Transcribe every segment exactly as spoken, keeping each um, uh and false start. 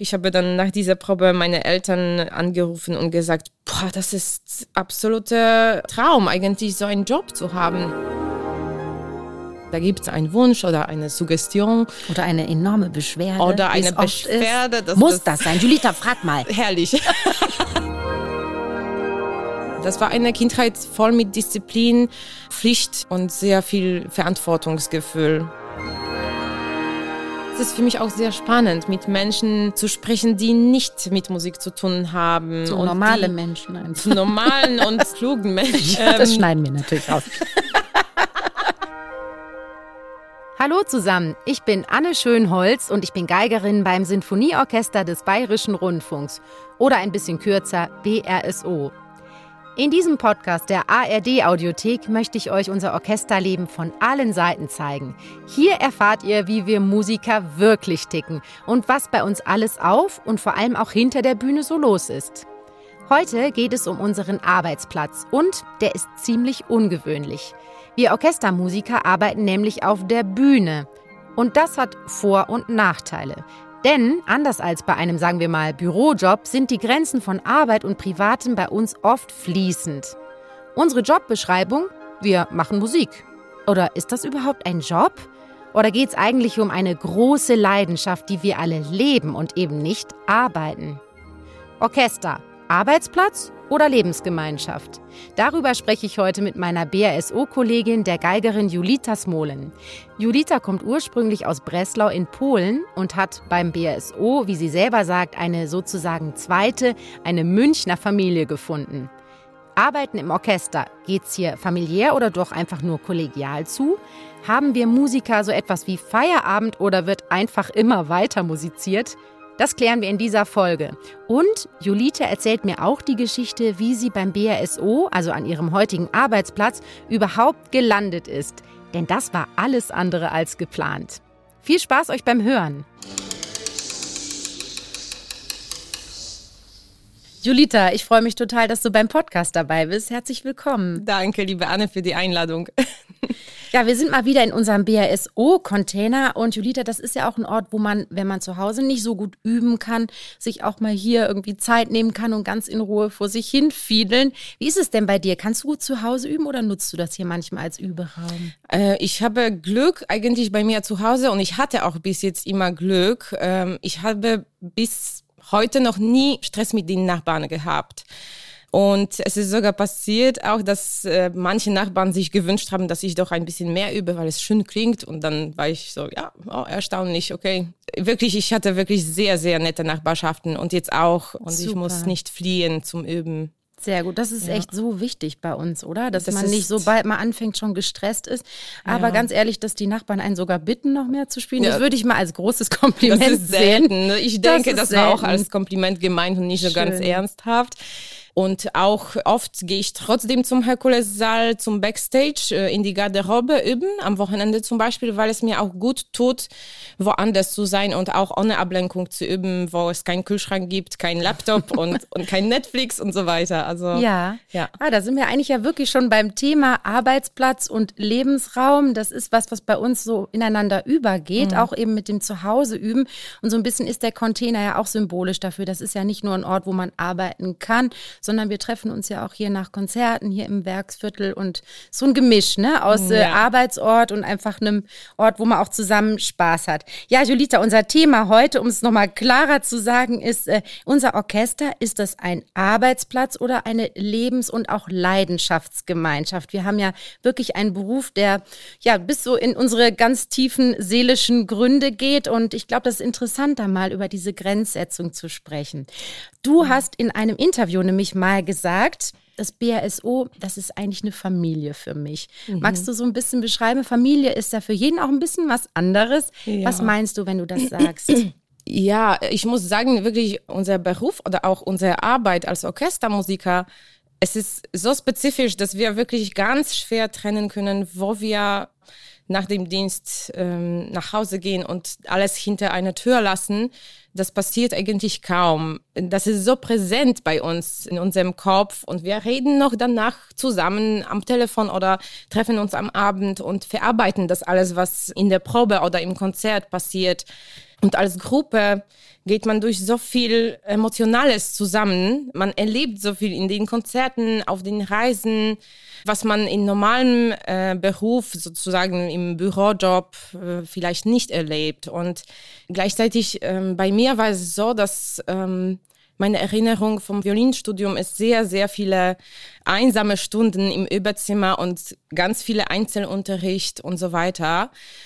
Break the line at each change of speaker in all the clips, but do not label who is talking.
Ich habe dann nach dieser Probe meine Eltern angerufen und gesagt, boah, das ist absoluter Traum, eigentlich so einen Job zu haben. Da gibt es einen Wunsch oder eine Suggestion.
Oder eine enorme Beschwerde.
Oder eine Beschwerde.
Das Muss das sein? Julita, frag mal.
Herrlich. Das war eine Kindheit voll mit Disziplin, Pflicht und sehr viel Verantwortungsgefühl. Es ist für mich auch sehr spannend, mit Menschen zu sprechen, die nicht mit Musik zu tun haben.
So
und
normale Menschen. Einfach.
Zu normalen und klugen Menschen.
Ja, das schneiden wir natürlich raus. Hallo zusammen, ich bin Anne Schönholz und ich bin Geigerin beim Sinfonieorchester des Bayerischen Rundfunks oder ein bisschen kürzer B R S O. In diesem Podcast der A R D-Audiothek möchte ich euch unser Orchesterleben von allen Seiten zeigen. Hier erfahrt ihr, wie wir Musiker wirklich ticken und was bei uns alles auf und vor allem auch hinter der Bühne so los ist. Heute geht es um unseren Arbeitsplatz und der ist ziemlich ungewöhnlich. Wir Orchestermusiker arbeiten nämlich auf der Bühne. Und das hat Vor- und Nachteile. Denn, anders als bei einem, sagen wir mal, Bürojob, sind die Grenzen von Arbeit und Privatem bei uns oft fließend. Unsere Jobbeschreibung? Wir machen Musik. Oder ist das überhaupt ein Job? Oder geht es eigentlich um eine große Leidenschaft, die wir alle leben und eben nicht arbeiten? Orchester. Arbeitsplatz oder Lebensgemeinschaft? Darüber spreche ich heute mit meiner B R S O-Kollegin, der Geigerin Julita Smolen. Julita kommt ursprünglich aus Breslau in Polen und hat beim B R S O, wie sie selber sagt, eine sozusagen zweite, eine Münchner Familie gefunden. Arbeiten im Orchester, geht's hier familiär oder doch einfach nur kollegial zu? Haben wir Musiker so etwas wie Feierabend oder wird einfach immer weiter musiziert? Das klären wir in dieser Folge. Und Julita erzählt mir auch die Geschichte, wie sie beim B R S O, also an ihrem heutigen Arbeitsplatz, überhaupt gelandet ist. Denn das war alles andere als geplant. Viel Spaß euch beim Hören. Julita, ich freue mich total, dass du beim Podcast dabei bist. Herzlich willkommen.
Danke, liebe Anne, für die Einladung.
Ja, wir sind mal wieder in unserem B R S O-Container und Julita, das ist ja auch ein Ort, wo man, wenn man zu Hause nicht so gut üben kann, sich auch mal hier irgendwie Zeit nehmen kann und ganz in Ruhe vor sich hin fiedeln. Wie ist es denn bei dir? Kannst du gut zu Hause üben oder nutzt du das hier manchmal als Überaum?
Äh, ich habe Glück eigentlich bei mir zu Hause und ich hatte auch bis jetzt immer Glück. Ähm, ich habe bis heute noch nie Stress mit den Nachbarn gehabt. Und es ist sogar passiert auch, dass äh, manche Nachbarn sich gewünscht haben, dass ich doch ein bisschen mehr übe, weil es schön klingt. Und dann war ich so, ja, oh, erstaunlich, okay. Wirklich, ich hatte wirklich sehr, sehr nette Nachbarschaften und jetzt auch. Und Super. Ich muss nicht fliehen zum Üben.
Sehr gut, das ist ja. echt so wichtig bei uns, oder? Dass
das
man nicht, sobald man anfängt, schon gestresst ist. Aber ja. ganz ehrlich, dass die Nachbarn einen sogar bitten, noch mehr zu spielen, ja. das würde ich mal als großes Kompliment
das ist
sehen.
Selten. Ich denke, das, das war auch als Kompliment gemeint und nicht Schön. so ganz ernsthaft. Und auch oft gehe ich trotzdem zum Herkulessaal, zum Backstage, äh, in die Garderobe üben, am Wochenende zum Beispiel, weil es mir auch gut tut, woanders zu sein und auch ohne Ablenkung zu üben, wo es keinen Kühlschrank gibt, keinen Laptop und, und kein Netflix und so weiter. Also
Ja, ja. Ah, da sind wir eigentlich ja wirklich schon beim Thema Arbeitsplatz und Lebensraum. Das ist was, was bei uns so ineinander übergeht, mhm. auch eben mit dem Zuhause üben. Und so ein bisschen ist der Container ja auch symbolisch dafür. Das ist ja nicht nur ein Ort, wo man arbeiten kann, sondern wir treffen uns ja auch hier nach Konzerten, hier im Werksviertel und so ein Gemisch, ne, aus ja. äh, Arbeitsort und einfach einem Ort, wo man auch zusammen Spaß hat. Ja, Julita, unser Thema heute, um es nochmal klarer zu sagen, ist äh, unser Orchester. Ist das ein Arbeitsplatz oder eine Lebens- und auch Leidenschaftsgemeinschaft? Wir haben ja wirklich einen Beruf, der ja bis so in unsere ganz tiefen seelischen Gründe geht und ich glaube, das ist interessant, da mal über diese Grenzsetzung zu sprechen. Du hast in einem Interview nämlich mal gesagt, das B R S O, das ist eigentlich eine Familie für mich. Mhm. Magst du so ein bisschen beschreiben? Familie ist ja für jeden auch ein bisschen was anderes. Ja. Was meinst du, wenn du das sagst?
Ja, ich muss sagen, wirklich unser Beruf oder auch unsere Arbeit als Orchestermusiker, es ist so spezifisch, dass wir wirklich ganz schwer trennen können, wo wir nach dem Dienst ähm, nach Hause gehen und alles hinter einer Tür lassen. Das passiert eigentlich kaum. Das ist so präsent bei uns in unserem Kopf und wir reden noch danach zusammen am Telefon oder treffen uns am Abend und verarbeiten das alles, was in der Probe oder im Konzert passiert. Und als Gruppe geht man durch so viel Emotionales zusammen. Man erlebt so viel in den Konzerten, auf den Reisen, was man in normalem äh, Beruf, sozusagen im Bürojob, äh, vielleicht nicht erlebt. Und gleichzeitig ähm, bei mir war es so, dass ähm, meine Erinnerung vom Violinstudium ist sehr, sehr viele einsame Stunden im Überzimmer und ganz viele Einzelunterricht und so weiter.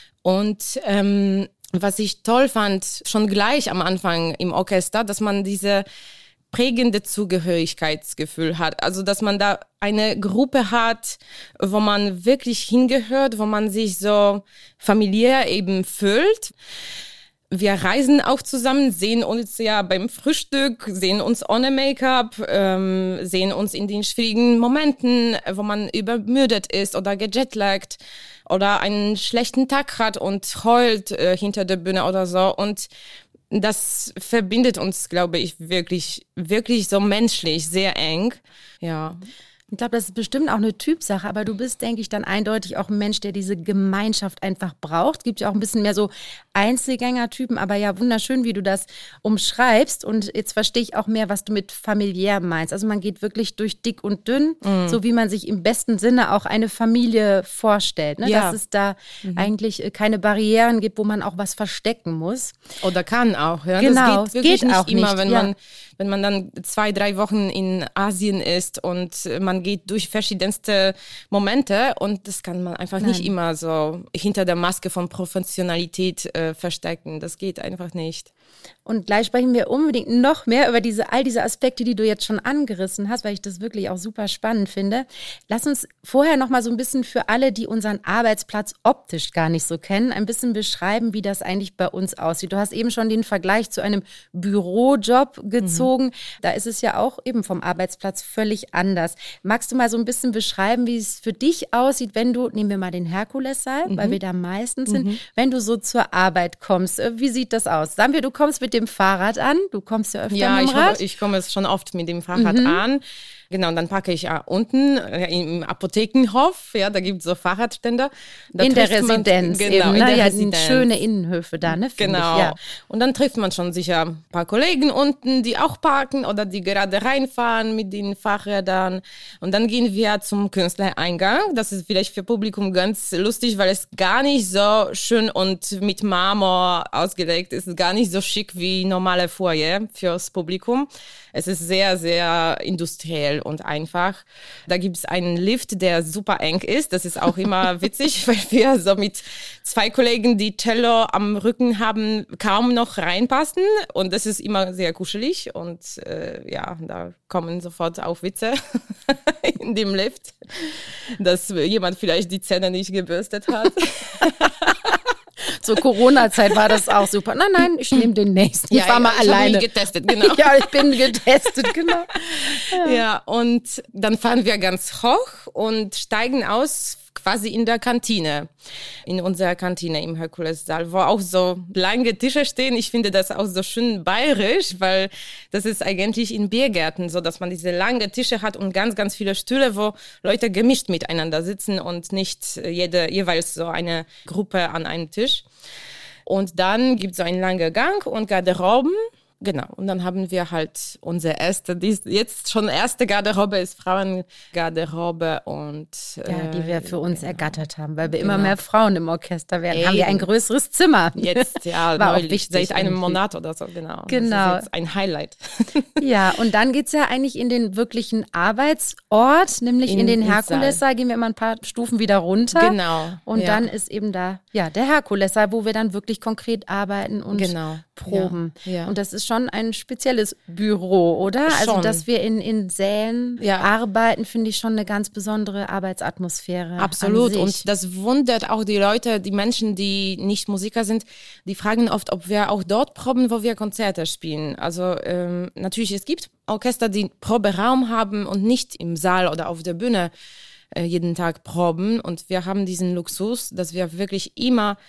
Und ähm, was ich toll fand, schon gleich am Anfang im Orchester, dass man diese prägende Zugehörigkeitsgefühl hat. Also, dass man da eine Gruppe hat, wo man wirklich hingehört, wo man sich so familiär eben fühlt. Wir reisen auch zusammen, sehen uns ja beim Frühstück, sehen uns ohne Make-up, ähm, sehen uns in den schwierigen Momenten, wo man übermüdet ist oder gejetlaggt oder einen schlechten Tag hat und heult äh, hinter der Bühne oder so. Und das verbindet uns, glaube ich, wirklich, wirklich so menschlich, sehr eng. Ja.
Ich glaube, das ist bestimmt auch eine Typsache, aber du bist, denke ich, dann eindeutig auch ein Mensch, der diese Gemeinschaft einfach braucht. Gibt ja auch ein bisschen mehr so Einzelgängertypen, aber ja, wunderschön, wie du das umschreibst. Und jetzt verstehe ich auch mehr, was du mit familiär meinst. Also man geht wirklich durch dick und dünn, mm. so wie man sich im besten Sinne auch eine Familie vorstellt. Ne?
Ja.
Dass es da mhm. eigentlich keine Barrieren gibt, wo man auch was verstecken muss.
Oder kann auch. Ja?
Genau,
das geht wirklich
geht
nicht
auch
immer,
nicht,
wenn
ja.
man wenn man dann zwei, drei Wochen in Asien ist und man geht durch verschiedenste Momente und das kann man einfach Nein. nicht immer so hinter der Maske von Professionalität äh, verstecken. Das geht einfach nicht.
Und gleich sprechen wir unbedingt noch mehr über diese, all diese Aspekte, die du jetzt schon angerissen hast, weil ich das wirklich auch super spannend finde. Lass uns vorher noch mal so ein bisschen für alle, die unseren Arbeitsplatz optisch gar nicht so kennen, ein bisschen beschreiben, wie das eigentlich bei uns aussieht. Du hast eben schon den Vergleich zu einem Bürojob gezogen. Mhm. Da ist es ja auch eben vom Arbeitsplatz völlig anders. Magst du mal so ein bisschen beschreiben, wie es für dich aussieht, wenn du, nehmen wir mal den Herkulessaal, mhm. weil wir da meistens sind, mhm. wenn du so zur Arbeit kommst. Wie sieht das aus? Sagen wir, du kommst mit dem Fahrrad an. Du kommst ja öfter
ja,
mit dem Rad.
Ja, ich komme schon oft mit dem Fahrrad mhm. an. Genau, und dann parke ich ja unten ja, im Apothekenhof, ja, da gibt es so Fahrradständer. Da
in der Residenz
man, genau,
eben,
in
ne?
der
Ja,
Residenz.
Schöne Innenhöfe da, ne?
Genau,
ich, ja.
Und dann trifft man schon sicher ein paar Kollegen unten, die auch parken oder die gerade reinfahren mit den Fahrrädern. Und dann gehen wir zum Künstlereingang. Das ist vielleicht für Publikum ganz lustig, weil es gar nicht so schön und mit Marmor ausgelegt ist, gar nicht so schick wie normale Foyer fürs Publikum. Es ist sehr, sehr industriell und einfach. Da gibt es einen Lift, der super eng ist. Das ist auch immer witzig, weil wir so mit zwei Kollegen, die Cello am Rücken haben, kaum noch reinpassen. Und das ist immer sehr kuschelig. Und äh, ja, da kommen sofort auch Witze in dem Lift, dass jemand vielleicht die Zähne nicht gebürstet hat.
Zur Corona-Zeit war das auch super. Nein, nein, ich nehme den nächsten. Ich
ja,
war mal
ich
alleine.
Ich habe getestet, genau.
Ja, ich bin getestet, genau.
Ja. ja, und dann fahren wir ganz hoch und steigen aus quasi in der Kantine, in unserer Kantine im Herkulessaal, wo auch so lange Tische stehen. Ich finde das auch so schön bayerisch, weil das ist eigentlich in Biergärten so, dass man diese langen Tische hat und ganz, ganz viele Stühle, wo Leute gemischt miteinander sitzen und nicht jede, jeweils so eine Gruppe an einem Tisch. Und dann gibt es so einen langen Gang und Garderoben. Genau, und dann haben wir halt unsere erste, die jetzt schon erste Garderobe ist Frauengarderobe und
äh, ja, die wir für uns genau. ergattert haben, weil wir
genau.
immer mehr Frauen im Orchester werden. Eben. Haben wir ein größeres Zimmer.
Jetzt, ja,
war
neulich,
auch wichtig
seit einem
irgendwie.
Monat oder so, genau.
Genau.
Das ist jetzt ein Highlight.
Ja, und dann geht's ja eigentlich in den wirklichen Arbeitsort, nämlich in, in den Herkulessaal, gehen wir immer ein paar Stufen wieder runter.
Genau.
Und
ja.
dann ist eben da, ja, der Herkulessaal, wo wir dann wirklich konkret arbeiten und
genau.
proben.
Ja. Ja.
Und das ist schon ein spezielles Büro, oder?
Schon.
Also, dass wir in, in Sälen
ja.
arbeiten, finde ich schon eine ganz besondere Arbeitsatmosphäre.
Absolut. Und das wundert auch die Leute, die Menschen, die nicht Musiker sind, die fragen oft, ob wir auch dort proben, wo wir Konzerte spielen. Also ähm, natürlich, es gibt Orchester, die Proberaum haben und nicht im Saal oder auf der Bühne äh, jeden Tag proben. Und wir haben diesen Luxus, dass wir wirklich immer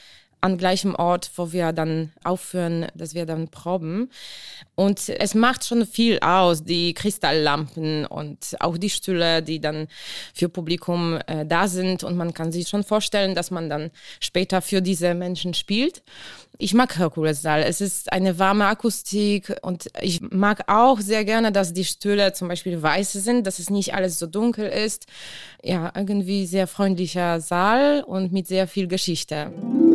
an gleichem Ort, wo wir dann aufhören, dass wir dann proben. Und es macht schon viel aus, die Kristalllampen und auch die Stühle, die dann für Publikum äh, da sind. Und man kann sich schon vorstellen, dass man dann später für diese Menschen spielt. Ich mag Herkulessaal. Es ist eine warme Akustik und ich mag auch sehr gerne, dass die Stühle zum Beispiel weiß sind, dass es nicht alles so dunkel ist. Ja, irgendwie sehr freundlicher Saal und mit sehr viel Geschichte.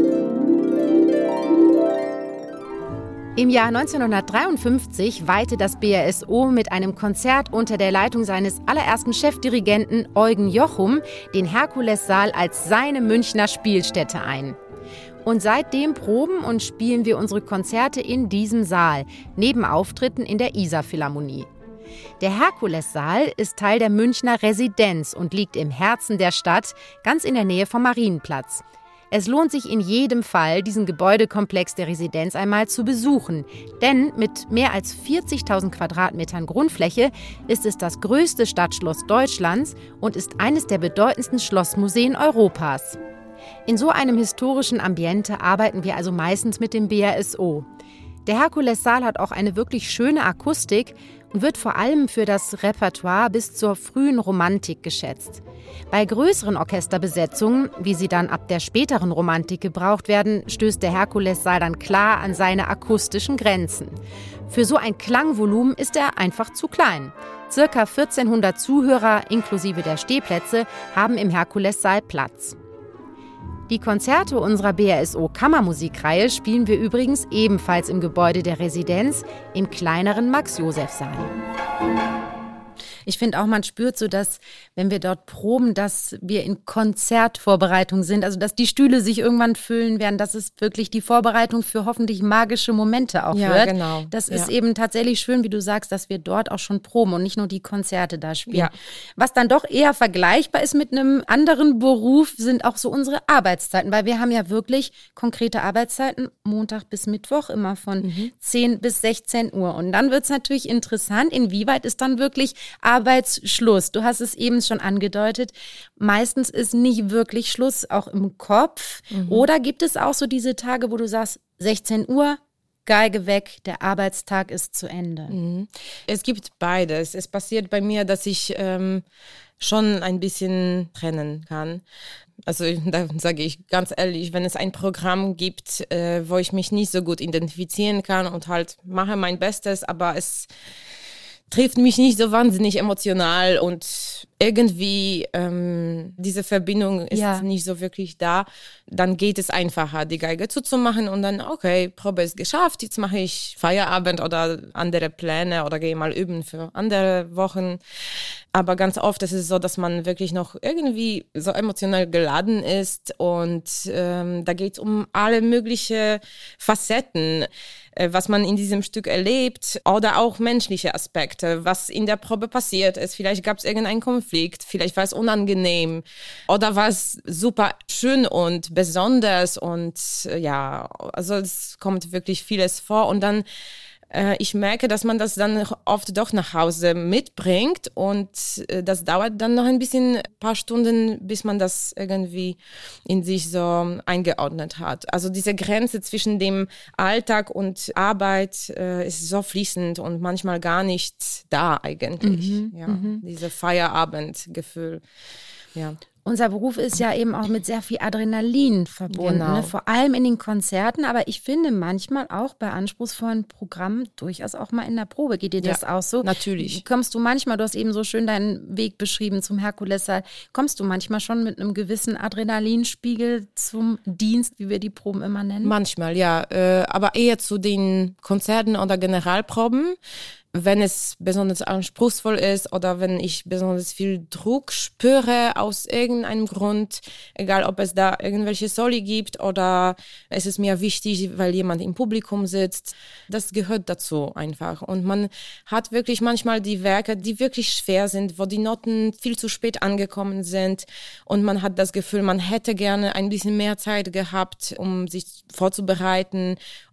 Im Jahr neunzehnhundertdreiundfünfzig weihte das B R S O mit einem Konzert unter der Leitung seines allerersten Chefdirigenten Eugen Jochum den Herkulessaal als seine Münchner Spielstätte ein. Und seitdem proben und spielen wir unsere Konzerte in diesem Saal, neben Auftritten in der Isar-Philharmonie. Der Herkulessaal ist Teil der Münchner Residenz und liegt im Herzen der Stadt, ganz in der Nähe vom Marienplatz. Es lohnt sich in jedem Fall, diesen Gebäudekomplex der Residenz einmal zu besuchen. Denn mit mehr als vierzigtausend Quadratmetern Grundfläche ist es das größte Stadtschloss Deutschlands und ist eines der bedeutendsten Schlossmuseen Europas. In so einem historischen Ambiente arbeiten wir also meistens mit dem B R S O. Der Herkulessaal hat auch eine wirklich schöne Akustik und wird vor allem für das Repertoire bis zur frühen Romantik geschätzt. Bei größeren Orchesterbesetzungen, wie sie dann ab der späteren Romantik gebraucht werden, stößt der Herkulessaal dann klar an seine akustischen Grenzen. Für so ein Klangvolumen ist er einfach zu klein. Circa vierzehnhundert Zuhörer inklusive der Stehplätze haben im Herkulessaal Platz. Die Konzerte unserer B R S O-Kammermusikreihe spielen wir übrigens ebenfalls im Gebäude der Residenz, im kleineren Max-Joseph-Saal. Ich finde auch, man spürt so, dass, wenn wir dort proben, dass wir in Konzertvorbereitung sind, also dass die Stühle sich irgendwann füllen werden, dass es wirklich die Vorbereitung für hoffentlich magische Momente auch
ja,
wird.
Genau.
Das
ja.
ist eben tatsächlich schön, wie du sagst, dass wir dort auch schon proben und nicht nur die Konzerte da spielen.
Ja.
Was dann doch eher vergleichbar ist mit einem anderen Beruf, sind auch so unsere Arbeitszeiten, weil wir haben ja wirklich konkrete Arbeitszeiten, Montag bis Mittwoch, immer von mhm. zehn bis sechzehn Uhr. Und dann wird es natürlich interessant, inwieweit ist dann wirklich Arbeitsschluss. Du hast es eben schon angedeutet. Meistens ist nicht wirklich Schluss, auch im Kopf. Mhm. Oder gibt es auch so diese Tage, wo du sagst, sechzehn Uhr, Geige weg, der Arbeitstag ist zu Ende?
Mhm. Es gibt beides. Es passiert bei mir, dass ich ähm, schon ein bisschen trennen kann. Also da sage ich ganz ehrlich, wenn es ein Programm gibt, äh, wo ich mich nicht so gut identifizieren kann und halt mache mein Bestes, aber es trifft mich nicht so wahnsinnig emotional und irgendwie ähm, diese Verbindung ist
ja.
nicht so wirklich da, dann geht es einfacher, die Geige zuzumachen und dann, okay, Probe ist geschafft, jetzt mache ich Feierabend oder andere Pläne oder gehe mal üben für andere Wochen. Aber ganz oft ist es so, dass man wirklich noch irgendwie so emotional geladen ist und ähm, da geht es um alle möglichen Facetten, äh, was man in diesem Stück erlebt oder auch menschliche Aspekte, was in der Probe passiert ist. Vielleicht gab es irgendeinen Konflikt, vielleicht war es unangenehm oder war es super schön und besonders und äh, ja, also es kommt wirklich vieles vor und dann ich merke, dass man das dann oft doch nach Hause mitbringt und das dauert dann noch ein bisschen, ein paar Stunden, bis man das irgendwie in sich so eingeordnet hat. Also diese Grenze zwischen dem Alltag und Arbeit äh, ist so fließend und manchmal gar nicht da eigentlich. Mhm, ja, mhm. Dieses Feierabendgefühl, ja.
Unser Beruf ist ja eben auch mit sehr viel Adrenalin verbunden,
genau.
ne? Vor allem in den Konzerten, aber ich finde manchmal auch bei anspruchsvollen Programmen durchaus auch mal in der Probe. Geht dir das
ja,
auch so?
Natürlich.
Kommst du manchmal, du hast eben so schön deinen Weg beschrieben zum Herkulessaal, kommst du manchmal schon mit einem gewissen Adrenalinspiegel zum Dienst, wie wir die Proben immer nennen?
Manchmal, ja, äh, aber eher zu den Konzerten oder Generalproben. Wenn es besonders anspruchsvoll ist oder wenn ich besonders viel Druck spüre aus irgendeinem Grund, egal ob es da irgendwelche Soli gibt oder es ist mir wichtig, weil jemand im Publikum sitzt, das gehört dazu einfach. Und man hat wirklich manchmal die Werke, die wirklich schwer sind, wo die Noten viel zu spät angekommen sind und man hat das Gefühl, man hätte gerne ein bisschen mehr Zeit gehabt, um sich vorzubereiten.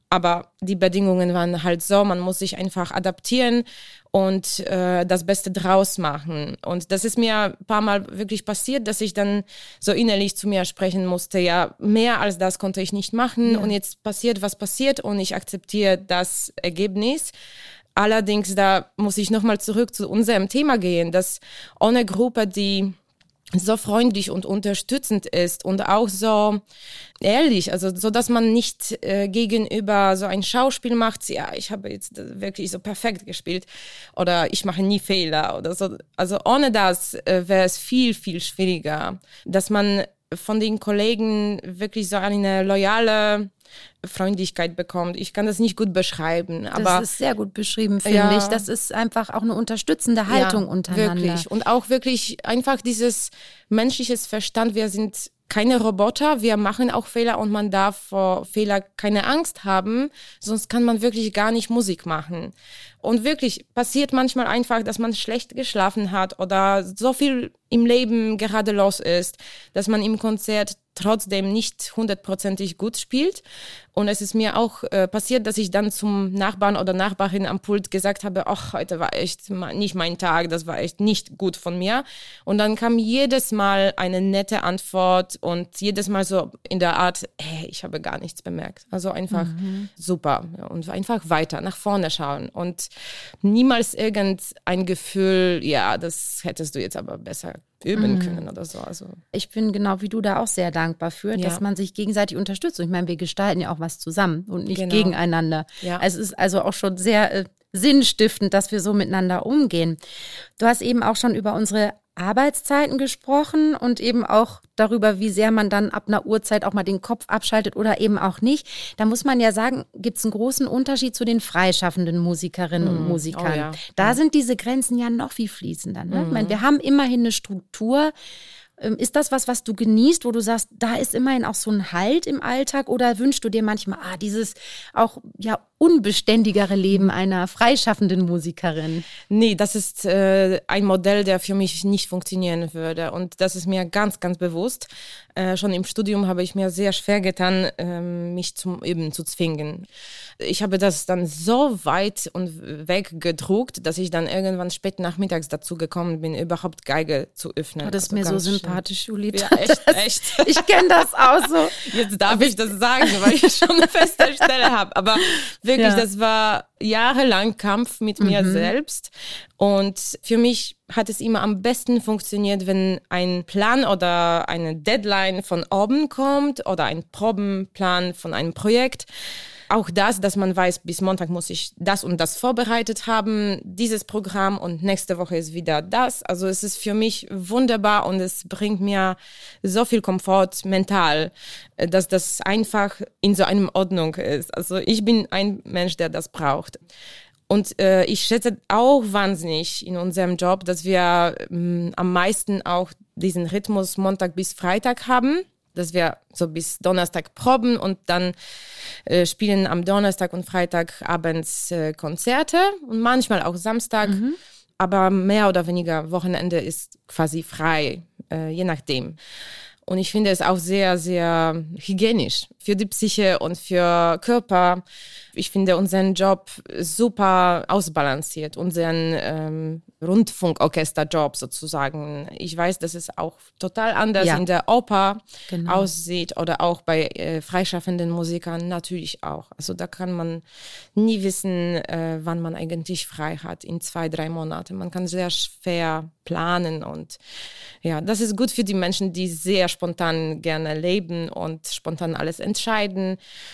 Aber die Bedingungen waren halt so, man muss sich einfach adaptieren und äh, das Beste draus machen. Und das ist mir ein paar Mal wirklich passiert, dass ich dann so innerlich zu mir sprechen musste, ja, mehr als das konnte ich nicht machen ja. Und jetzt passiert, was passiert und ich akzeptiere das Ergebnis. Allerdings, da muss ich nochmal zurück zu unserem Thema gehen, dass ohne Gruppe, die so freundlich und unterstützend ist und auch so ehrlich, also so, dass man nicht äh, gegenüber so ein Schauspiel macht, ja, ich habe jetzt wirklich so perfekt gespielt oder ich mache nie Fehler oder so. Also ohne das äh, wäre es viel, viel schwieriger, dass man von den Kollegen wirklich so eine loyale Freundlichkeit bekommt. Ich kann das nicht gut beschreiben. Aber
das ist sehr gut beschrieben, finde ja. ich. Das ist einfach auch eine unterstützende Haltung ja, untereinander.
Wirklich. Und auch wirklich einfach dieses menschliches Verstand. Wir sind keine Roboter, wir machen auch Fehler und man darf vor Fehler keine Angst haben, sonst kann man wirklich gar nicht Musik machen. Und wirklich passiert manchmal einfach, dass man schlecht geschlafen hat oder so viel im Leben gerade los ist, dass man im Konzert trotzdem nicht hundertprozentig gut spielt. Und es ist mir auch äh, passiert, dass ich dann zum Nachbarn oder Nachbarin am Pult gesagt habe, ach, heute war echt nicht mein Tag, das war echt nicht gut von mir. Und dann kam jedes Mal eine nette Antwort und jedes Mal so in der Art, hey, ich habe gar nichts bemerkt. Also einfach mhm. super und einfach weiter, nach vorne schauen und niemals irgendein Gefühl, ja, das hättest du jetzt aber besser üben mhm. können oder so. Also
ich bin genau wie du da auch sehr dankbar für, ja. dass man sich gegenseitig unterstützt. Und ich meine, wir gestalten ja auch was zusammen und nicht genau. gegeneinander. Ja. Es ist also auch schon sehr äh, sinnstiftend, dass wir so miteinander umgehen. Du hast eben auch schon über unsere Arbeitszeiten gesprochen und eben auch darüber, wie sehr man dann ab einer Uhrzeit auch mal den Kopf abschaltet oder eben auch nicht. Da muss man ja sagen, gibt es einen großen Unterschied zu den freischaffenden Musikerinnen mm. und Musikern. Oh ja. Da ja. sind diese Grenzen ja noch viel fließender. Ne? Mm. Ich meine, wir haben immerhin eine Struktur. Ist das was, was du genießt, wo du sagst, da ist immerhin auch so ein Halt im Alltag oder wünschst du dir manchmal ah, dieses auch ja unbeständigere Leben einer freischaffenden Musikerin?
Nee, das ist äh, ein Modell, der für mich nicht funktionieren würde und das ist mir ganz, ganz bewusst. Äh, schon im Studium habe ich mir sehr schwer getan, äh, mich zum Üben zu zwingen. Ich habe das dann so weit und weggedruckt, dass ich dann irgendwann spät nachmittags dazu gekommen bin, überhaupt Geige zu öffnen.
Oh, das ist
also
mir so sympathisch, Julita.
Ja, echt, echt.
Ich kenne das auch so.
Jetzt darf ich das sagen, weil ich schon eine feste Stelle habe. Aber wirklich, ja. das war jahrelang Kampf mit mir mhm. selbst. Und für mich hat es immer am besten funktioniert, wenn ein Plan oder eine Deadline von oben kommt oder ein Probenplan von einem Projekt. Auch das, dass man weiß, bis Montag muss ich das und das vorbereitet haben, dieses Programm und nächste Woche ist wieder das. Also es ist für mich wunderbar und es bringt mir so viel Komfort mental, dass das einfach in so einer Ordnung ist. Also ich bin ein Mensch, der das braucht. Und äh, ich schätze auch wahnsinnig in unserem Job, dass wir ähm, am meisten auch diesen Rhythmus Montag bis Freitag haben. Dass wir so bis Donnerstag proben und dann äh, spielen am Donnerstag und Freitag abends äh, Konzerte und manchmal auch Samstag, mhm. aber mehr oder weniger Wochenende ist quasi frei, äh, je nachdem. Und ich finde es auch sehr, sehr hygienisch für die Psyche und für Körper. Ich finde unseren Job super ausbalanciert, unseren ähm, Rundfunkorchesterjob sozusagen. Ich weiß, dass es auch total anders ja. in der Oper genau. aussieht oder auch bei äh, freischaffenden Musikern natürlich auch. Also da kann man nie wissen, äh, wann man eigentlich frei hat, in zwei, drei Monaten. Man kann sehr schwer planen und ja, das ist gut für die Menschen, die sehr spontan gerne leben und spontan alles entscheiden.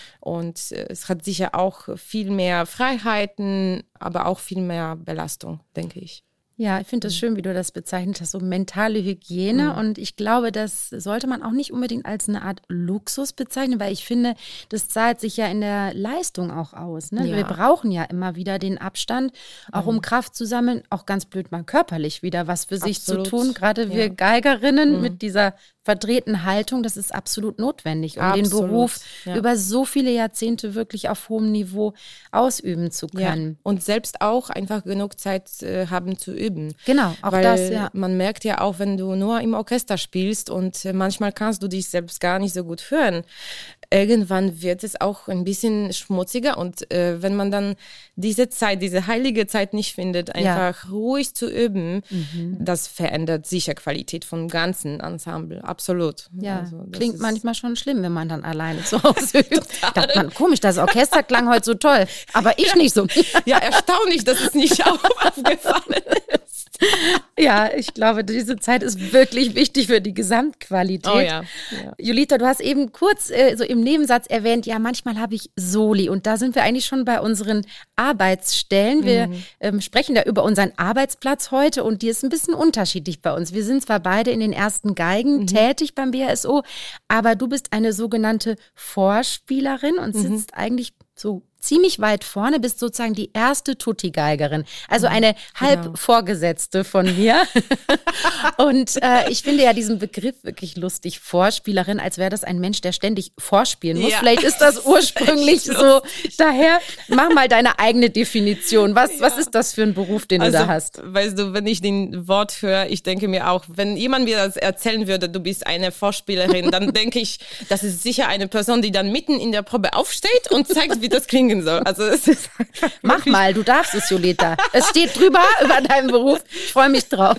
Und es hat sicher auch viel mehr Freiheiten, aber auch viel mehr Belastung, denke ich.
Ja, ich finde das schön, wie du das bezeichnet hast, so mentale Hygiene. Mhm. Und ich glaube, das sollte man auch nicht unbedingt als eine Art Luxus bezeichnen, weil ich finde, das zahlt sich ja in der Leistung auch aus. Ne? Ja. Wir brauchen ja immer wieder den Abstand, auch mhm. um Kraft zu sammeln, auch ganz blöd mal körperlich wieder was für sich Absolut. Zu tun. Gerade wir ja. Geigerinnen mhm. mit dieser verdrehten Haltung, das ist absolut notwendig, um
Absolut,
den Beruf
ja.
über so viele Jahrzehnte wirklich auf hohem Niveau ausüben zu können.
Ja. Und selbst auch einfach genug Zeit äh, haben zu üben.
Genau, auch
Weil
das, ja.
man merkt ja auch, wenn du nur im Orchester spielst und äh, manchmal kannst du dich selbst gar nicht so gut hören, irgendwann wird es auch ein bisschen schmutziger und äh, wenn man dann diese Zeit, diese heilige Zeit nicht findet, einfach ja. ruhig zu üben, mhm. das verändert sicher Qualität vom ganzen Ensemble, absolut.
Ja,
also,
klingt manchmal schon schlimm, wenn man dann alleine zu Hause übt. Dachte man, komisch, das Orchester klang heute so toll, aber ich
ja.
nicht so.
Ja, erstaunlich, dass es nicht aufgefallen ist.
Ja, ich glaube, diese Zeit ist wirklich wichtig für die Gesamtqualität. Oh ja. Ja. Julita, du hast eben kurz äh, so im Nebensatz erwähnt, ja, manchmal habe ich Soli und da sind wir eigentlich schon bei unseren Arbeitsstellen. Wir mhm. ähm, sprechen da über unseren Arbeitsplatz heute und die ist ein bisschen unterschiedlich bei uns. Wir sind zwar beide in den ersten Geigen mhm. tätig beim B A S O, aber du bist eine sogenannte Vorspielerin und sitzt mhm. eigentlich so ziemlich weit vorne, bist sozusagen die erste Tutti-Geigerin. Also eine halb genau. Vorgesetzte von mir. Und äh, ich finde ja diesen Begriff wirklich lustig, Vorspielerin, als wäre das ein Mensch, der ständig vorspielen muss. Ja. Vielleicht ist das ursprünglich so. Daher, mach mal deine eigene Definition. Was, ja. was ist das für ein Beruf, den also, du da hast?
Weißt du, wenn ich den Wort höre, ich denke mir auch, wenn jemand mir das erzählen würde, du bist eine Vorspielerin, dann denke ich, das ist sicher eine Person, die dann mitten in der Probe aufsteht und zeigt, wie das klingen soll. Also es ist
Mach mal, du darfst es, Julita. Es steht drüber über deinen Beruf. Ich freue mich drauf.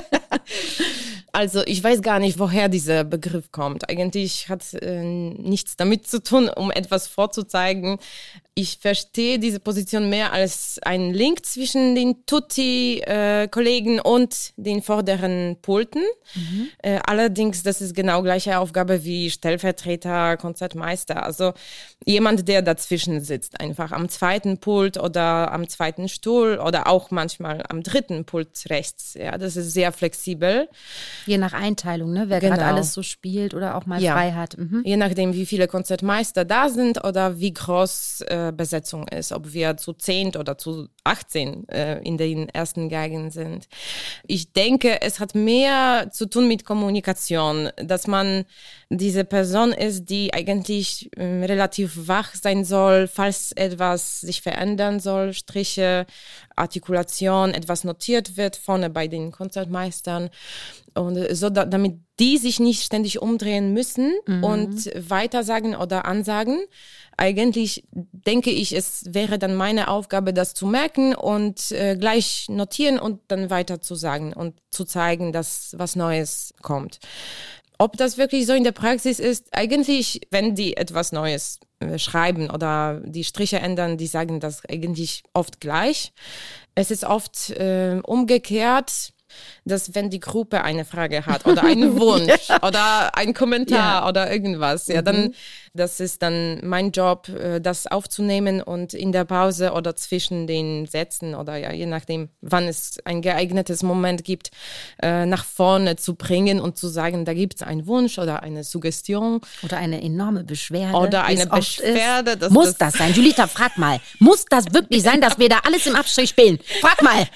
Also ich weiß gar nicht, woher dieser Begriff kommt. Eigentlich hat äh, nichts damit zu tun, um etwas vorzuzeigen. Ich verstehe diese Position mehr als einen Link zwischen den Tutti-Kollegen äh, und den vorderen Pulten. Mhm. Äh, allerdings, das ist genau gleiche Aufgabe wie Stellvertreter, Konzertmeister. Also jemand, der dazwischen sitzt, einfach am zweiten Pult oder am zweiten Stuhl oder auch manchmal am dritten Pult rechts. Ja, das ist sehr flexibel.
Je nach Einteilung, ne? Wer genau. gerade alles so spielt oder auch mal ja. frei hat. Mhm.
Je nachdem, wie viele Konzertmeister da sind oder wie groß äh, Besetzung ist, ob wir zu zehn oder zu achtzehn äh, in den ersten Geigen sind. Ich denke, es hat mehr zu tun mit Kommunikation, dass man diese Person ist, die eigentlich äh, relativ wach sein soll, falls etwas sich verändern soll, Striche, Artikulation, etwas notiert wird, vorne bei den Konzertmeistern. Und so, da, damit die sich nicht ständig umdrehen müssen mhm. und weitersagen oder ansagen. Eigentlich denke ich, es wäre dann meine Aufgabe, das zu merken und äh, gleich notieren und dann weiter zu sagen und zu zeigen, dass was Neues kommt. Ob das wirklich so in der Praxis ist, eigentlich, wenn die etwas Neues äh, schreiben oder die Striche ändern, die sagen das eigentlich oft gleich. Es ist oft äh, umgekehrt, dass wenn die Gruppe eine Frage hat oder einen Wunsch ja. oder einen Kommentar ja. oder irgendwas, ja, dann, das ist dann mein Job, das aufzunehmen und in der Pause oder zwischen den Sätzen oder ja, je nachdem, wann es ein geeignetes Moment gibt, nach vorne zu bringen und zu sagen, da gibt es einen Wunsch oder eine Suggestion.
Oder eine enorme Beschwerde.
Oder eine Beschwerde.
Das, muss das, das sein? Julita, frag mal. Muss das wirklich sein, dass wir da alles im Abstrich spielen? Frag mal.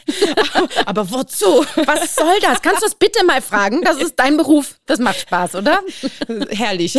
Aber wozu?
Was soll das? Kannst du das bitte mal fragen? Das ist dein Beruf. Das macht Spaß, oder?
Herrlich.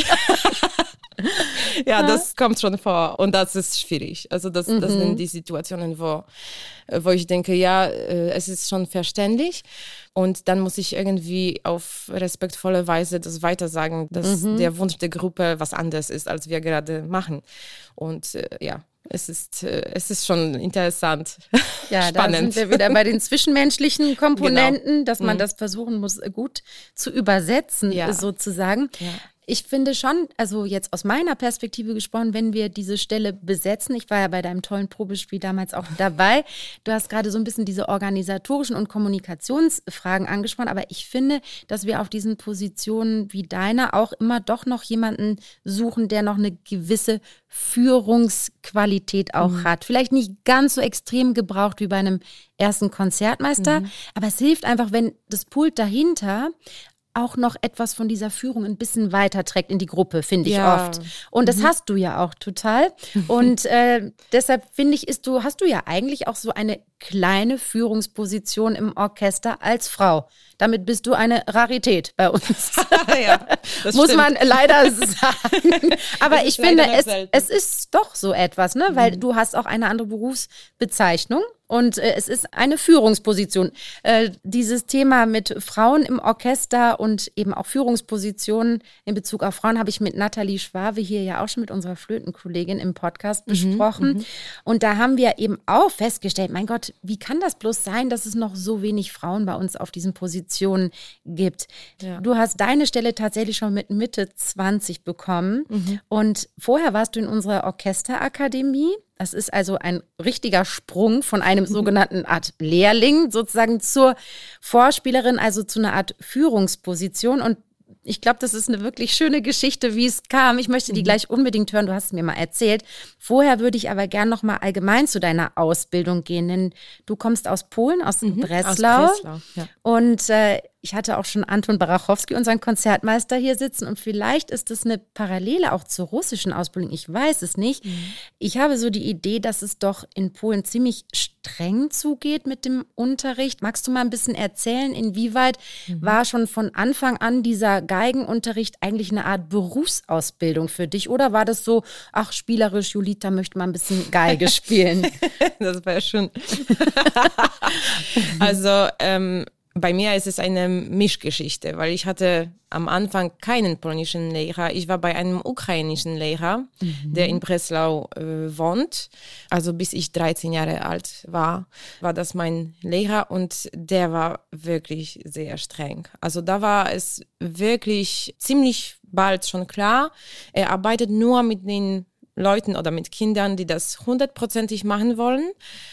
Ja, das kommt schon vor und das ist schwierig. Also das, mhm. das sind die Situationen, wo, wo ich denke, ja, es ist schon verständlich und dann muss ich irgendwie auf respektvolle Weise das weitersagen, dass mhm. der Wunsch der Gruppe was anderes ist, als wir gerade machen. Und äh, ja, es ist, äh, es ist schon interessant.
Ja, spannend. Da sind wir wieder bei den zwischenmenschlichen Komponenten, genau. dass man mhm. das versuchen muss, gut zu übersetzen, ja. sozusagen. Ja. Ich finde schon, also jetzt aus meiner Perspektive gesprochen, wenn wir diese Stelle besetzen, ich war ja bei deinem tollen Probespiel damals auch dabei, du hast gerade so ein bisschen diese organisatorischen und Kommunikationsfragen angesprochen, aber ich finde, dass wir auf diesen Positionen wie deiner auch immer doch noch jemanden suchen, der noch eine gewisse Führungsqualität auch mhm. hat. Vielleicht nicht ganz so extrem gebraucht wie bei einem ersten Konzertmeister, mhm. aber es hilft einfach, wenn das Pult dahinter auch noch etwas von dieser Führung ein bisschen weiter trägt in die Gruppe, finde ich ja. oft. Und das mhm. hast du ja auch total. Und äh, deshalb finde ich, ist du, hast du ja eigentlich auch so eine kleine Führungsposition im Orchester als Frau. Damit bist du eine Rarität bei uns.
Ja,
muss
stimmt.
man leider sagen. Aber
Das
ich
ist
finde,
leider
es,
selten.
es ist doch so etwas, ne? Weil
Mhm.
du hast auch eine andere Berufsbezeichnung. Und äh, es ist eine Führungsposition. Äh, dieses Thema mit Frauen im Orchester und eben auch Führungspositionen in Bezug auf Frauen habe ich mit Nathalie Schwabe hier ja auch schon mit unserer Flötenkollegin im Podcast besprochen.
mhm.
Und da haben wir eben auch festgestellt, mein Gott, wie kann das bloß sein, dass es noch so wenig Frauen bei uns auf diesen Positionen gibt?
Ja.
Du hast deine Stelle tatsächlich schon mit Mitte zwanzig bekommen.
Mhm.
Und vorher warst du in unserer Orchesterakademie. Das ist also ein richtiger Sprung von einem sogenannten Art Lehrling sozusagen zur Vorspielerin, also zu einer Art Führungsposition. Und ich glaube, das ist eine wirklich schöne Geschichte, wie es kam. Ich möchte die gleich unbedingt hören. Du hast es mir mal erzählt. Vorher würde ich aber gern noch mal allgemein zu deiner Ausbildung gehen, denn du kommst aus Polen, aus
Mhm.
Breslau.
Aus Breslau, ja.
Und äh, ich hatte auch schon Anton Barachowski, unseren Konzertmeister, hier sitzen. Und vielleicht ist das eine Parallele auch zur russischen Ausbildung. Ich weiß es nicht.
Mhm.
Ich habe so die Idee, dass es doch in Polen ziemlich streng zugeht mit dem Unterricht. Magst du mal ein bisschen erzählen, inwieweit
Mhm.
war schon von Anfang an dieser Geigenunterricht eigentlich eine Art Berufsausbildung für dich? Oder war das so, ach, spielerisch, Julita möchte mal ein bisschen Geige spielen?
Das wäre schön. Also ähm, bei mir ist es eine Mischgeschichte, weil ich hatte am Anfang keinen polnischen Lehrer. Ich war bei einem ukrainischen Lehrer, mhm. der in Breslau äh, wohnt. Also bis ich dreizehn Jahre alt war, war das mein Lehrer und der war wirklich sehr streng. Also da war es wirklich ziemlich bald schon klar, er arbeitet nur mit den Leuten oder mit Kindern, die das hundertprozentig machen wollen.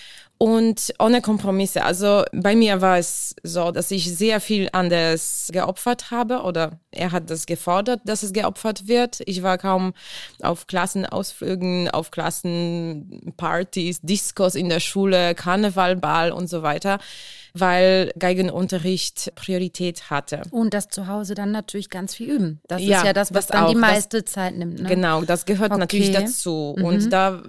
Und ohne Kompromisse. Also bei mir war es so, dass ich sehr viel anders geopfert habe oder er hat das gefordert, dass es geopfert wird. Ich war kaum auf Klassenausflügen, auf Klassenpartys, Diskos in der Schule, Karneval, Ball und so weiter, weil Geigenunterricht Priorität hatte.
Und das zu Hause dann natürlich ganz viel üben. Das
Ja,
ist ja das, was
das
dann
auch.
die meiste
Das,
Zeit nimmt. Ne?
Genau, das gehört
Okay.
natürlich dazu.
Mhm.
Und da,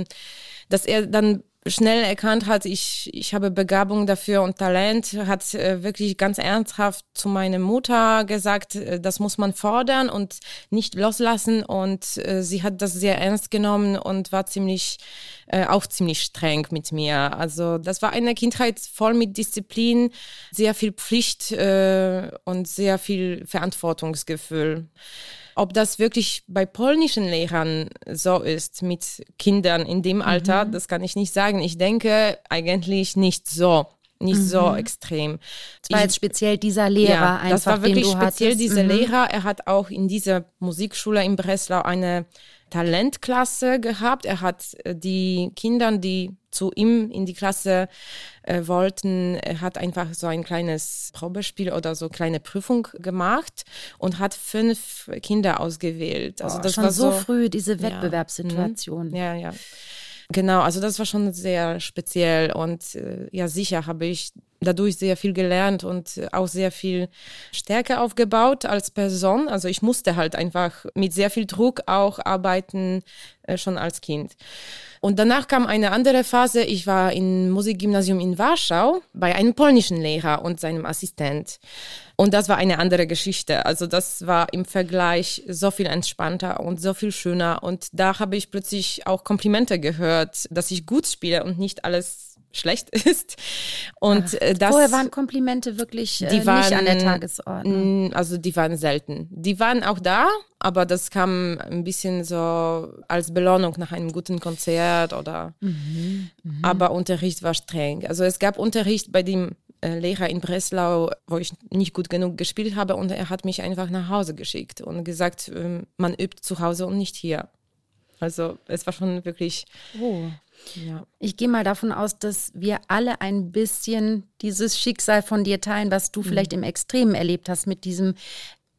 dass er dann schnell erkannt hat, ich, ich habe Begabung dafür und Talent, hat äh, wirklich ganz ernsthaft zu meiner Mutter gesagt, äh, das muss man fordern und nicht loslassen und äh, sie hat das sehr ernst genommen und war ziemlich, äh, auch ziemlich streng mit mir. Also das war eine Kindheit voll mit Disziplin, sehr viel Pflicht äh, und sehr viel Verantwortungsgefühl. Ob das wirklich bei polnischen Lehrern so ist, mit Kindern in dem Alter, mhm. das kann ich nicht sagen. Ich denke eigentlich nicht so, nicht mhm. so extrem.
Das war
ich,
jetzt speziell dieser Lehrer
ja,
einfach,
das war wirklich
den du
speziell
hattest.
dieser
mhm.
Lehrer. Er hat auch in dieser Musikschule in Breslau eine Talentklasse gehabt. Er hat die Kinder, die zu ihm in die Klasse äh, wollten, er hat einfach so ein kleines Probespiel oder so kleine Prüfung gemacht und hat fünf Kinder ausgewählt. Also
oh,
das
schon
war
so
so
früh, diese Wettbewerbssituation.
Ja, ja. Genau, also das war schon sehr speziell und äh, ja, sicher habe ich dadurch sehr viel gelernt und auch sehr viel Stärke aufgebaut als Person. Also ich musste halt einfach mit sehr viel Druck auch arbeiten, äh, schon als Kind. Und danach kam eine andere Phase. Ich war im Musikgymnasium in Warschau bei einem polnischen Lehrer und seinem Assistent. Und das war eine andere Geschichte. Also das war im Vergleich so viel entspannter und so viel schöner. Und da habe ich plötzlich auch Komplimente gehört, dass ich gut spiele und nicht alles schlecht ist. Und
Ach,
das,
vorher waren Komplimente wirklich äh,
die waren,
nicht an der Tagesordnung.
Also die waren selten. Die waren auch da, aber das kam ein bisschen so als Belohnung nach einem guten Konzert oder.
Mhm, mh.
Aber Unterricht war streng. Also es gab Unterricht bei dem äh, Lehrer in Breslau, wo ich nicht gut genug gespielt habe und er hat mich einfach nach Hause geschickt und gesagt, ähm, man übt zu Hause und nicht hier. Also es war schon wirklich.
Oh.
Ja.
Ich gehe mal davon aus, dass wir alle ein bisschen dieses Schicksal von dir teilen, was du mhm. vielleicht im Extremen erlebt hast mit diesem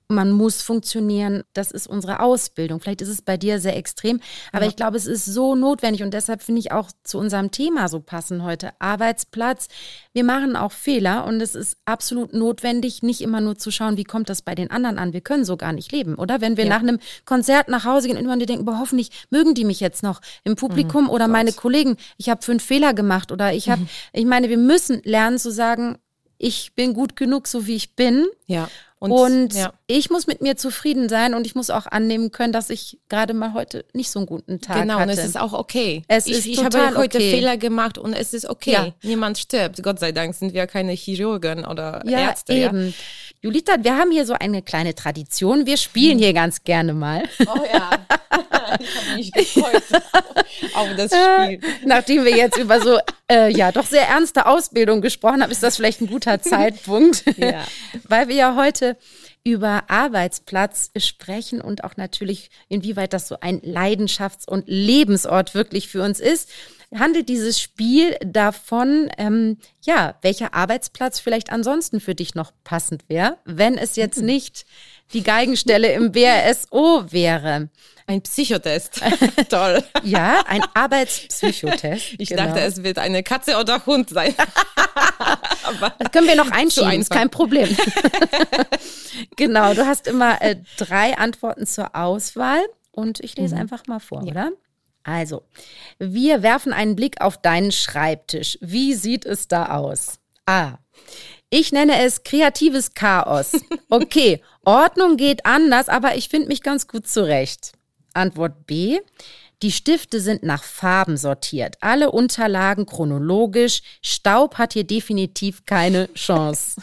man muss funktionieren, das ist unsere Ausbildung. Vielleicht ist es bei dir sehr extrem, aber ja. ich glaube, es ist so notwendig und deshalb finde ich auch zu unserem Thema so passend heute. Arbeitsplatz, wir machen auch Fehler und es ist absolut notwendig, nicht immer nur zu schauen, wie kommt das bei den anderen an. Wir können so gar nicht leben, oder? Wenn wir ja. nach einem Konzert nach Hause gehen und immer denken, boah, hoffentlich mögen die mich jetzt noch im Publikum mhm, oder Gott. meine Kollegen, ich habe fünf Fehler gemacht oder ich habe, mhm. ich meine, wir müssen lernen zu sagen, ich bin gut genug, so wie ich bin.
Ja.
Und, und ja. ich muss mit mir zufrieden sein und ich muss auch annehmen können, dass ich gerade mal heute nicht so einen guten Tag
genau,
hatte.
Genau, und es ist auch okay.
Es
ich
ist
ich
total
habe heute
okay.
Fehler gemacht und es ist okay.
Ja.
Niemand stirbt. Gott sei Dank sind wir keine Chirurgen oder
ja,
Ärzte.
Eben. Ja, Julita, wir haben hier so eine kleine Tradition. Wir spielen hier ganz gerne mal.
Oh ja, ich habe mich gefreut auf das Spiel.
Nachdem wir jetzt über so, äh, ja, doch sehr ernste Ausbildung gesprochen haben, ist das vielleicht ein guter Zeitpunkt.
Ja.
Weil wir ja heute über Arbeitsplatz sprechen und auch natürlich, inwieweit das so ein Leidenschafts- und Lebensort wirklich für uns ist, handelt dieses Spiel davon, ähm, ja, welcher Arbeitsplatz vielleicht ansonsten für dich noch passend wäre, wenn es jetzt nicht die Geigenstelle im B R S O wäre.
Ein Psychotest. Toll.
Ja, ein Arbeitspsychotest.
Ich
genau.
dachte, es wird eine Katze oder Hund sein.
Aber das können wir noch einschieben, ist kein Problem. Genau, du hast immer äh, drei Antworten zur Auswahl und ich lese mhm. einfach mal vor, ja. oder? Also, wir werfen einen Blick auf deinen Schreibtisch. Wie sieht es da aus? A. Ich nenne es kreatives Chaos. Okay, Ordnung geht anders, aber ich finde mich ganz gut zurecht. Antwort B. Die Stifte sind nach Farben sortiert. Alle Unterlagen chronologisch. Staub hat hier definitiv keine Chance.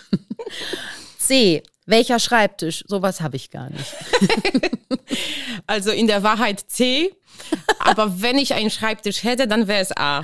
C. Welcher Schreibtisch? Sowas habe ich gar nicht.
Also in der Wahrheit C. Aber wenn ich einen Schreibtisch hätte, dann wäre es A.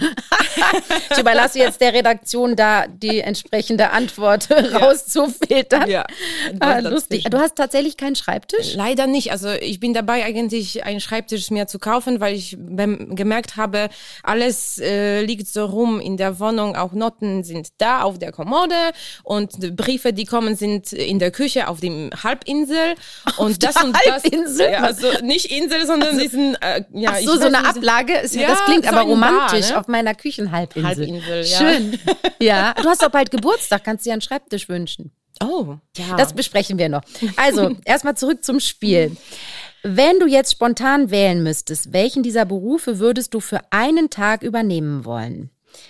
Ich überlasse jetzt der Redaktion da die entsprechende Antwort ja. rauszufiltern. Ja, ah, lustig. Du hast tatsächlich keinen Schreibtisch?
Leider nicht. Also ich bin dabei, eigentlich einen Schreibtisch mir zu kaufen, weil ich gemerkt habe, alles äh, liegt so rum in der Wohnung. Auch Noten sind da auf der Kommode und Briefe, die kommen, sind in der Küche auf dem Halbinsel. Und
auf
das
der
und
Halbinsel?
das. Ja, also nicht Insel, sondern
also,
diesen. Äh, ja,
ach so, so eine Ablage. Ist, ja, das klingt aber romantisch.
Bar, ne?
Auf meiner Küchenhalbinsel.
Halbinsel, ja.
Schön. Ja. Du hast doch bald Geburtstag, kannst dir einen Schreibtisch wünschen.
Oh, ja.
Das besprechen wir noch. Also, erstmal zurück zum Spiel. Wenn du jetzt spontan wählen müsstest, welchen dieser Berufe würdest du für einen Tag übernehmen wollen?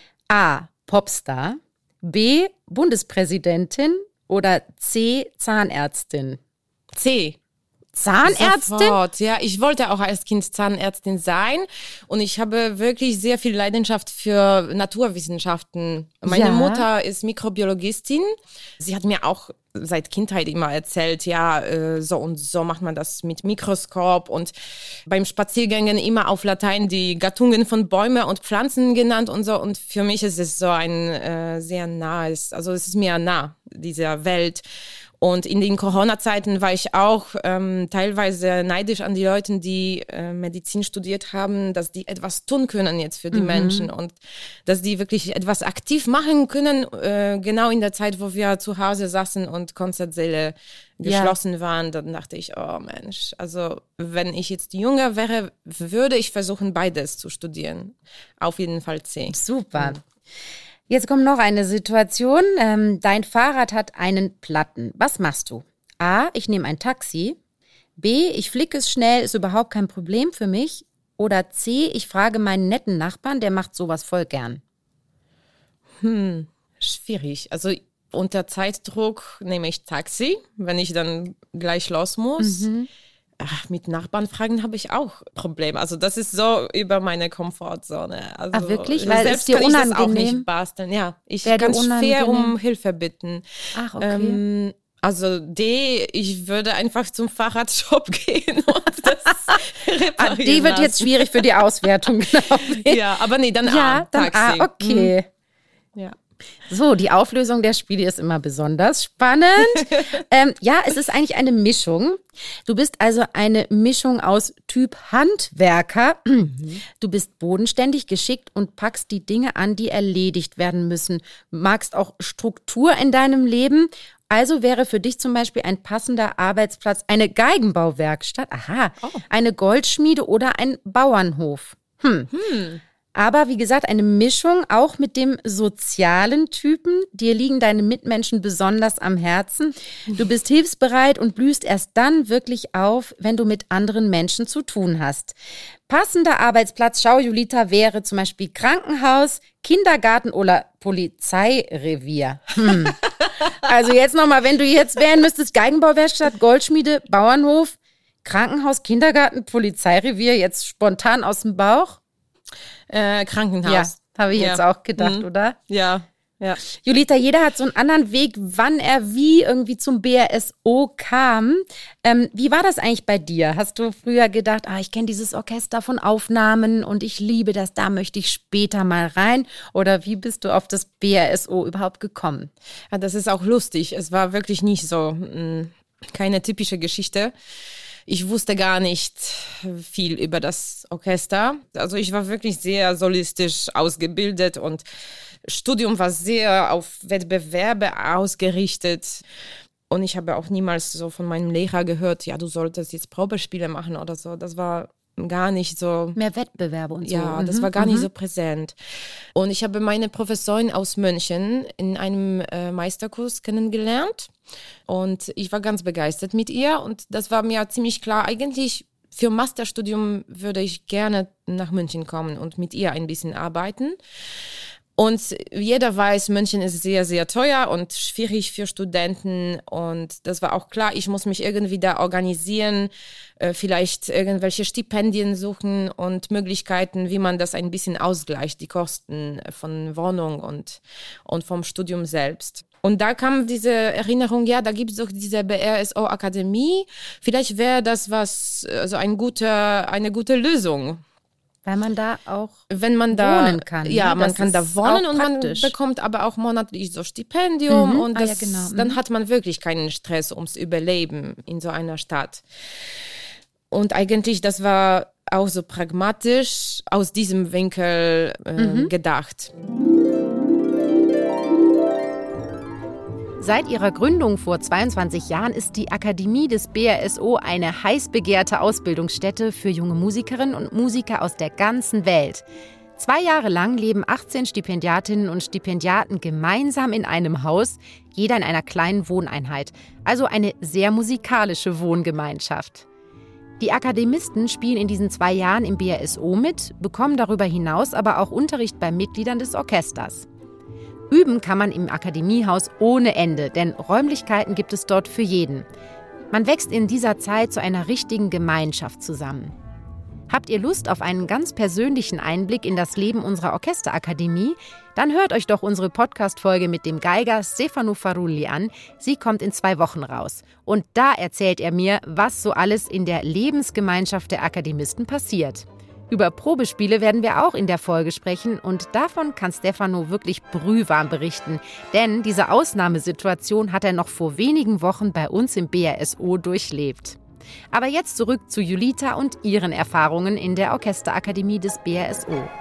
A. Popstar, B. Bundespräsidentin oder C. Zahnärztin?
C.
Zahnärztin?
Sofort. Ja, ich wollte auch als Kind Zahnärztin sein und ich habe wirklich sehr viel Leidenschaft für Naturwissenschaften. Meine
ja.
Mutter ist Mikrobiologistin. Sie hat mir auch seit Kindheit immer erzählt, ja, äh, so und so macht man das mit Mikroskop und beim Spaziergängen immer auf Latein die Gattungen von Bäumen und Pflanzen genannt und so. Und für mich ist es so ein äh, sehr nahes, also es ist mir nah, dieser Welt. Und in den Corona-Zeiten war ich auch ähm, teilweise neidisch an die Leute, die äh, Medizin studiert haben, dass die etwas tun können jetzt für die mhm. Menschen und dass die wirklich etwas aktiv machen können, äh, genau in der Zeit, wo wir zu Hause saßen und Konzertsäle geschlossen ja. waren. Dann dachte ich, oh Mensch, also wenn ich jetzt jünger wäre, würde ich versuchen, beides zu studieren. Auf jeden Fall C.
Super. Mhm. Jetzt kommt noch eine Situation. Ähm, dein Fahrrad hat einen Platten. Was machst du? A, ich nehme ein Taxi. B, ich flicke es schnell, ist überhaupt kein Problem für mich. Oder C, ich frage meinen netten Nachbarn, der macht sowas voll gern.
Hm, schwierig. Also unter Zeitdruck nehme ich Taxi, wenn ich dann gleich los muss. Mhm. Ach, mit Nachbarn fragen habe ich auch Probleme. Also das ist so über meine Komfortzone. Also
ah, wirklich? Weil
selbst
es dir
kann
unangenehm?
Ich das auch nicht basteln. Ja, ich
Wär
kann schwer um Hilfe bitten.
Ach, okay.
Ähm, also D, ich würde einfach zum Fahrradshop gehen und das reparieren
ah, D wird
lassen.
jetzt schwierig für die Auswertung, glaube ich.
Ja, aber nee, dann
ja,
A,
dann
Taxi.
A, okay.
Hm. Ja.
So, die Auflösung der Spiele ist immer besonders spannend. ähm, ja, es ist eigentlich eine Mischung. Du bist also eine Mischung aus Typ Handwerker. Mhm. Du bist bodenständig, geschickt und packst die Dinge an, die erledigt werden müssen. Du magst auch Struktur in deinem Leben Also wäre für dich zum Beispiel ein passender Arbeitsplatz eine Geigenbauwerkstatt, aha, oh. eine Goldschmiede oder ein Bauernhof. Hm. hm. Aber wie gesagt, eine Mischung auch mit dem sozialen Typen. Dir liegen deine Mitmenschen besonders am Herzen. Du bist hilfsbereit und blühst erst dann wirklich auf, wenn du mit anderen Menschen zu tun hast. Passender Arbeitsplatz, schau Julita, wäre zum Beispiel Krankenhaus, Kindergarten oder Polizeirevier. Hm. Also jetzt nochmal, wenn du jetzt wählen müsstest, Geigenbauwerkstatt, Goldschmiede, Bauernhof, Krankenhaus, Kindergarten, Polizeirevier, jetzt spontan aus dem Bauch?
Äh, Krankenhaus.
Ja, habe ich ja. jetzt auch gedacht, mhm. oder?
Ja, ja.
Julita, jeder hat so einen anderen Weg, wann er wie irgendwie zum B R S O kam. Ähm, wie war das eigentlich bei dir? Hast du früher gedacht, ah, ich kenne dieses Orchester von Aufnahmen und ich liebe das, da möchte ich später mal rein? Oder wie bist du auf das B R S O überhaupt gekommen?
Ja, das ist auch lustig. Es war wirklich nicht so, mh, keine typische Geschichte. Ich wusste gar nicht viel über das Orchester. Also ich war wirklich sehr solistisch ausgebildet und Studium war sehr auf Wettbewerbe ausgerichtet. Und ich habe auch niemals so von meinem Lehrer gehört, ja, du solltest jetzt Probespiele machen oder so. Das war gar nicht so.
Mehr Wettbewerbe und so.
Ja, das war gar nicht so präsent. Und ich habe meine Professorin aus München in einem äh, Meisterkurs kennengelernt. Und ich war ganz begeistert mit ihr. Und das war mir ziemlich klar, eigentlich für Masterstudium würde ich gerne nach München kommen und mit ihr ein bisschen arbeiten. Und jeder weiß, München ist sehr, sehr teuer und schwierig für Studenten. Und das war auch klar, ich muss mich irgendwie da organisieren, äh, vielleicht irgendwelche Stipendien suchen und Möglichkeiten, wie man das ein bisschen ausgleicht, die Kosten von Wohnung und, und vom Studium selbst. Und da kam diese Erinnerung, ja, da gibt es doch diese B R S O-Akademie. Vielleicht wäre das was, also ein guter, eine gute Lösung.
Weil man da auch
Wenn man da,
wohnen kann.
Ja,
ne?
man
das
kann da wohnen und
praktisch.
Man bekommt aber auch monatlich so Stipendium.
Mhm.
Und
ah,
das,
ja, genau. mhm.
dann hat man wirklich keinen Stress ums Überleben in so einer Stadt. Und eigentlich, das war auch so pragmatisch aus diesem Winkel äh, mhm. gedacht.
Seit ihrer Gründung vor zweiundzwanzig Jahren ist die Akademie des B R S O eine heiß begehrte Ausbildungsstätte für junge Musikerinnen und Musiker aus der ganzen Welt. Zwei Jahre lang leben achtzehn Stipendiatinnen und Stipendiaten gemeinsam in einem Haus, jeder in einer kleinen Wohneinheit, also eine sehr musikalische Wohngemeinschaft. Die Akademisten spielen in diesen zwei Jahren im B R S O mit, bekommen darüber hinaus aber auch Unterricht bei Mitgliedern des Orchesters. Üben kann man im Akademiehaus ohne Ende, denn Räumlichkeiten gibt es dort für jeden. Man wächst in dieser Zeit zu einer richtigen Gemeinschaft zusammen. Habt ihr Lust auf einen ganz persönlichen Einblick in das Leben unserer Orchesterakademie? Dann hört euch doch unsere Podcast-Folge mit dem Geiger Stefano Farulli an. Sie kommt in zwei Wochen raus. Und da erzählt er mir, was so alles in der Lebensgemeinschaft der Akademisten passiert. Über Probespiele werden wir auch in der Folge sprechen und davon kann Stefano wirklich brühwarm berichten, denn diese Ausnahmesituation hat er noch vor wenigen Wochen bei uns im B R S O durchlebt. Aber jetzt zurück zu Julita und ihren Erfahrungen in der Orchesterakademie des B R S O.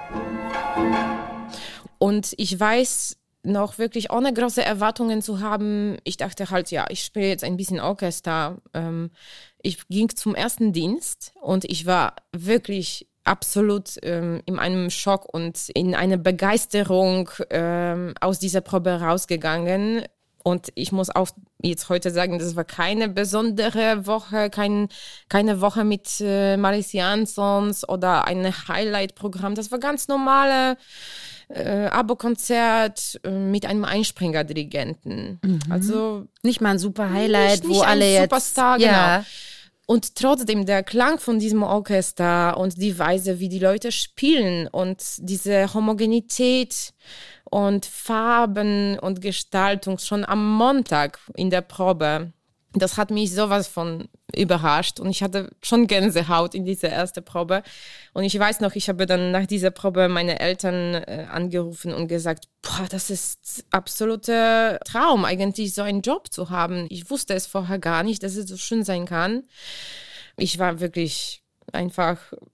Und ich weiß noch wirklich ohne große Erwartungen zu haben, ich dachte halt, ja, ich spiele jetzt ein bisschen Orchester. Ich ging zum ersten Dienst und ich war wirklich absolut ähm, in einem Schock und in eine Begeisterung ähm, aus dieser Probe rausgegangen. Und ich muss auch jetzt heute sagen, das war keine besondere Woche, kein, keine Woche mit äh, Maris Jansons oder ein Highlight-Programm. Das war ganz normale äh, Abo-Konzert äh, mit einem Einspringer-Dirigenten.
Mhm.
Also
nicht mal ein super Highlight,
nicht,
wo
nicht
alle
ein
jetzt
Superstar,
ja.
genau. Und trotzdem der Klang von diesem Orchester und die Weise, wie die Leute spielen und diese Homogenität und Farben und Gestaltung schon am Montag in der Probe, das hat mich sowas von überrascht und ich hatte schon Gänsehaut in dieser ersten Probe. Und ich weiß noch, ich habe dann nach dieser Probe meine Eltern äh, angerufen und gesagt, boah, das ist absoluter Traum, eigentlich so einen Job zu haben. Ich wusste es vorher gar nicht, dass es so schön sein kann. Ich war wirklich einfach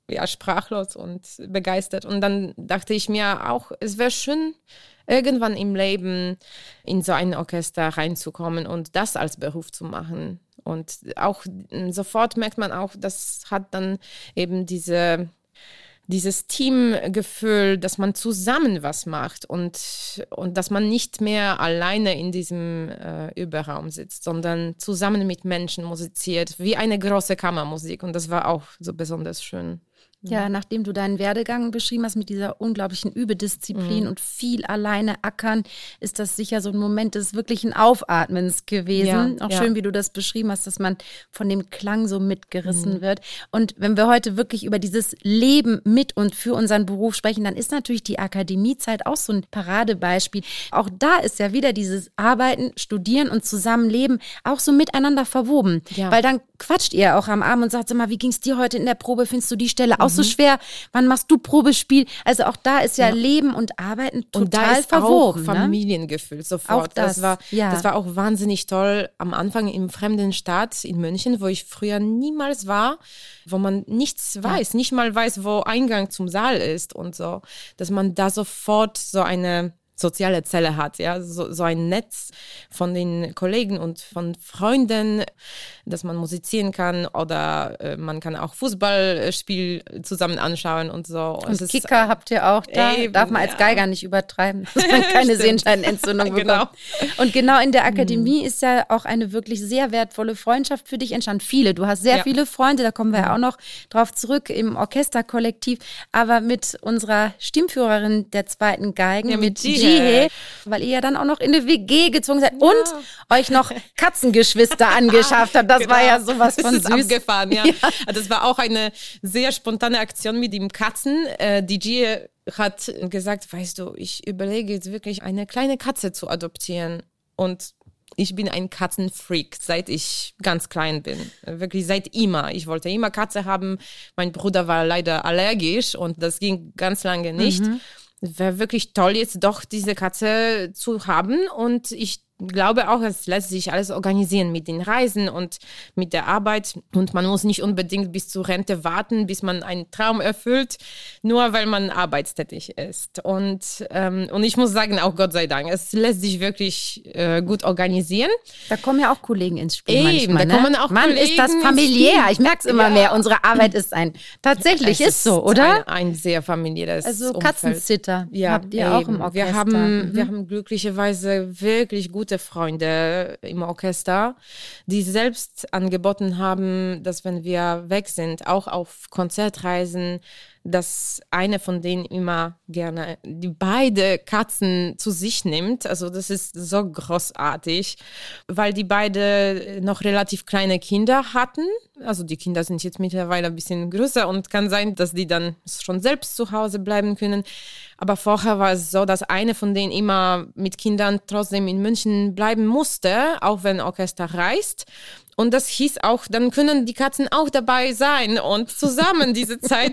ja, sprachlos und begeistert. Und dann dachte ich mir auch, es wäre schön, irgendwann im Leben in so ein Orchester reinzukommen und das als Beruf zu machen. Und auch sofort merkt man auch, das hat dann eben diese, dieses Teamgefühl, dass man zusammen was macht und, und dass man nicht mehr alleine in diesem äh, Überraum sitzt, sondern zusammen mit Menschen musiziert, wie eine große Kammermusik. Und das war auch so besonders schön.
Ja, nachdem du deinen Werdegang beschrieben hast mit dieser unglaublichen Übedisziplin
Mhm.
und viel alleine ackern, ist das sicher so ein Moment des wirklichen Aufatmens gewesen.
Ja,
Auch
ja.
schön, wie du das beschrieben hast, dass man von dem Klang so mitgerissen
Mhm.
wird. Und wenn wir heute wirklich über dieses Leben mit und für unseren Beruf sprechen, dann ist natürlich die Akademiezeit auch so ein Paradebeispiel. Auch da ist ja wieder dieses Arbeiten, Studieren und Zusammenleben auch so miteinander verwoben.
Ja.
Weil dann quatscht ihr auch am Abend und sagt, sag mal, wie ging es dir heute in der Probe? Findest du die Stelle auch so schwer? Wann machst du Probespiel? Also auch da ist ja,
Ja.
Leben und Arbeiten total
Und da ist
verwoben.
auch
Ne?
Familiengefühl sofort.
Auch das,
war,
ja.
das war auch wahnsinnig toll am Anfang im fremden Stadt in München, wo ich früher niemals war, wo man nichts weiß, nicht mal weiß, wo Eingang zum Saal ist und so, dass man da sofort so eine soziale Zelle hat, ja, so, so ein Netz von den Kollegen und von Freunden, dass man musizieren kann oder äh, man kann auch Fußballspiel zusammen anschauen und so.
Und
Es ist-
Kicker habt ihr auch da.
Eben,
Darf man als
ja.
Geiger nicht übertreiben, dass man keine
Stimmt.
Sehenscheinentzündung bekommt.
Genau.
Und genau in der Akademie ist ja auch eine wirklich sehr wertvolle Freundschaft für dich entstanden. Viele. Du hast sehr
Ja.
viele Freunde, da kommen wir ja auch noch drauf zurück im Orchesterkollektiv. Aber mit unserer Stimmführerin der zweiten Geigen,
Ja,
mit
mit Jihe.
Jihe, weil ihr ja dann auch noch in eine W G gezwungen seid und euch noch Katzengeschwister angeschafft habt. Das
Genau.
war ja sowas von
Das ist
süß.
abgefahren, ja. Das war auch eine sehr spontane Aktion mit dem Katzen. Äh, die G hat gesagt, weißt du, ich überlege jetzt wirklich eine kleine Katze zu adoptieren. Und ich bin ein Katzenfreak, seit ich ganz klein bin. Wirklich seit immer. Ich wollte immer Katze haben. Mein Bruder war leider allergisch und das ging ganz lange nicht.
Mhm.
Wäre wirklich toll, jetzt doch diese Katze zu haben. Und ich glaube auch, es lässt sich alles organisieren mit den Reisen und mit der Arbeit. Und man muss nicht unbedingt bis zur Rente warten, bis man einen Traum erfüllt, nur weil man arbeitstätig ist. Und, ähm, und ich muss sagen, auch Gott sei Dank, es lässt sich wirklich äh, gut organisieren.
Da kommen ja auch Kollegen ins Spiel
Eben,
manchmal.
da kommen
ne?
auch
Mann,
Kollegen
ist das
ins
familiär.
Spiel.
Ich merke es immer
Ja.
mehr. Unsere Arbeit ist ein, tatsächlich
Es
ist so, oder?
Ein, ein sehr familiäres
Also
Umfeld.
Katzensitter
Ja,
habt ihr auch
eben.
im Orchester.
Wir haben,
Mhm.
wir haben glücklicherweise wirklich gute Freunde im Orchester, die selbst angeboten haben, dass wenn wir weg sind, auch auf Konzertreisen, dass eine von denen immer gerne die beide Katzen zu sich nimmt. Also das ist so großartig, weil die beide noch relativ kleine Kinder hatten. Also die Kinder sind jetzt mittlerweile ein bisschen größer und kann sein, dass die dann schon selbst zu Hause bleiben können. Aber vorher war es so, dass eine von denen immer mit Kindern trotzdem in München bleiben musste, auch wenn Orchester reist. Und das hieß auch, dann können die Katzen auch dabei sein und zusammen diese Zeit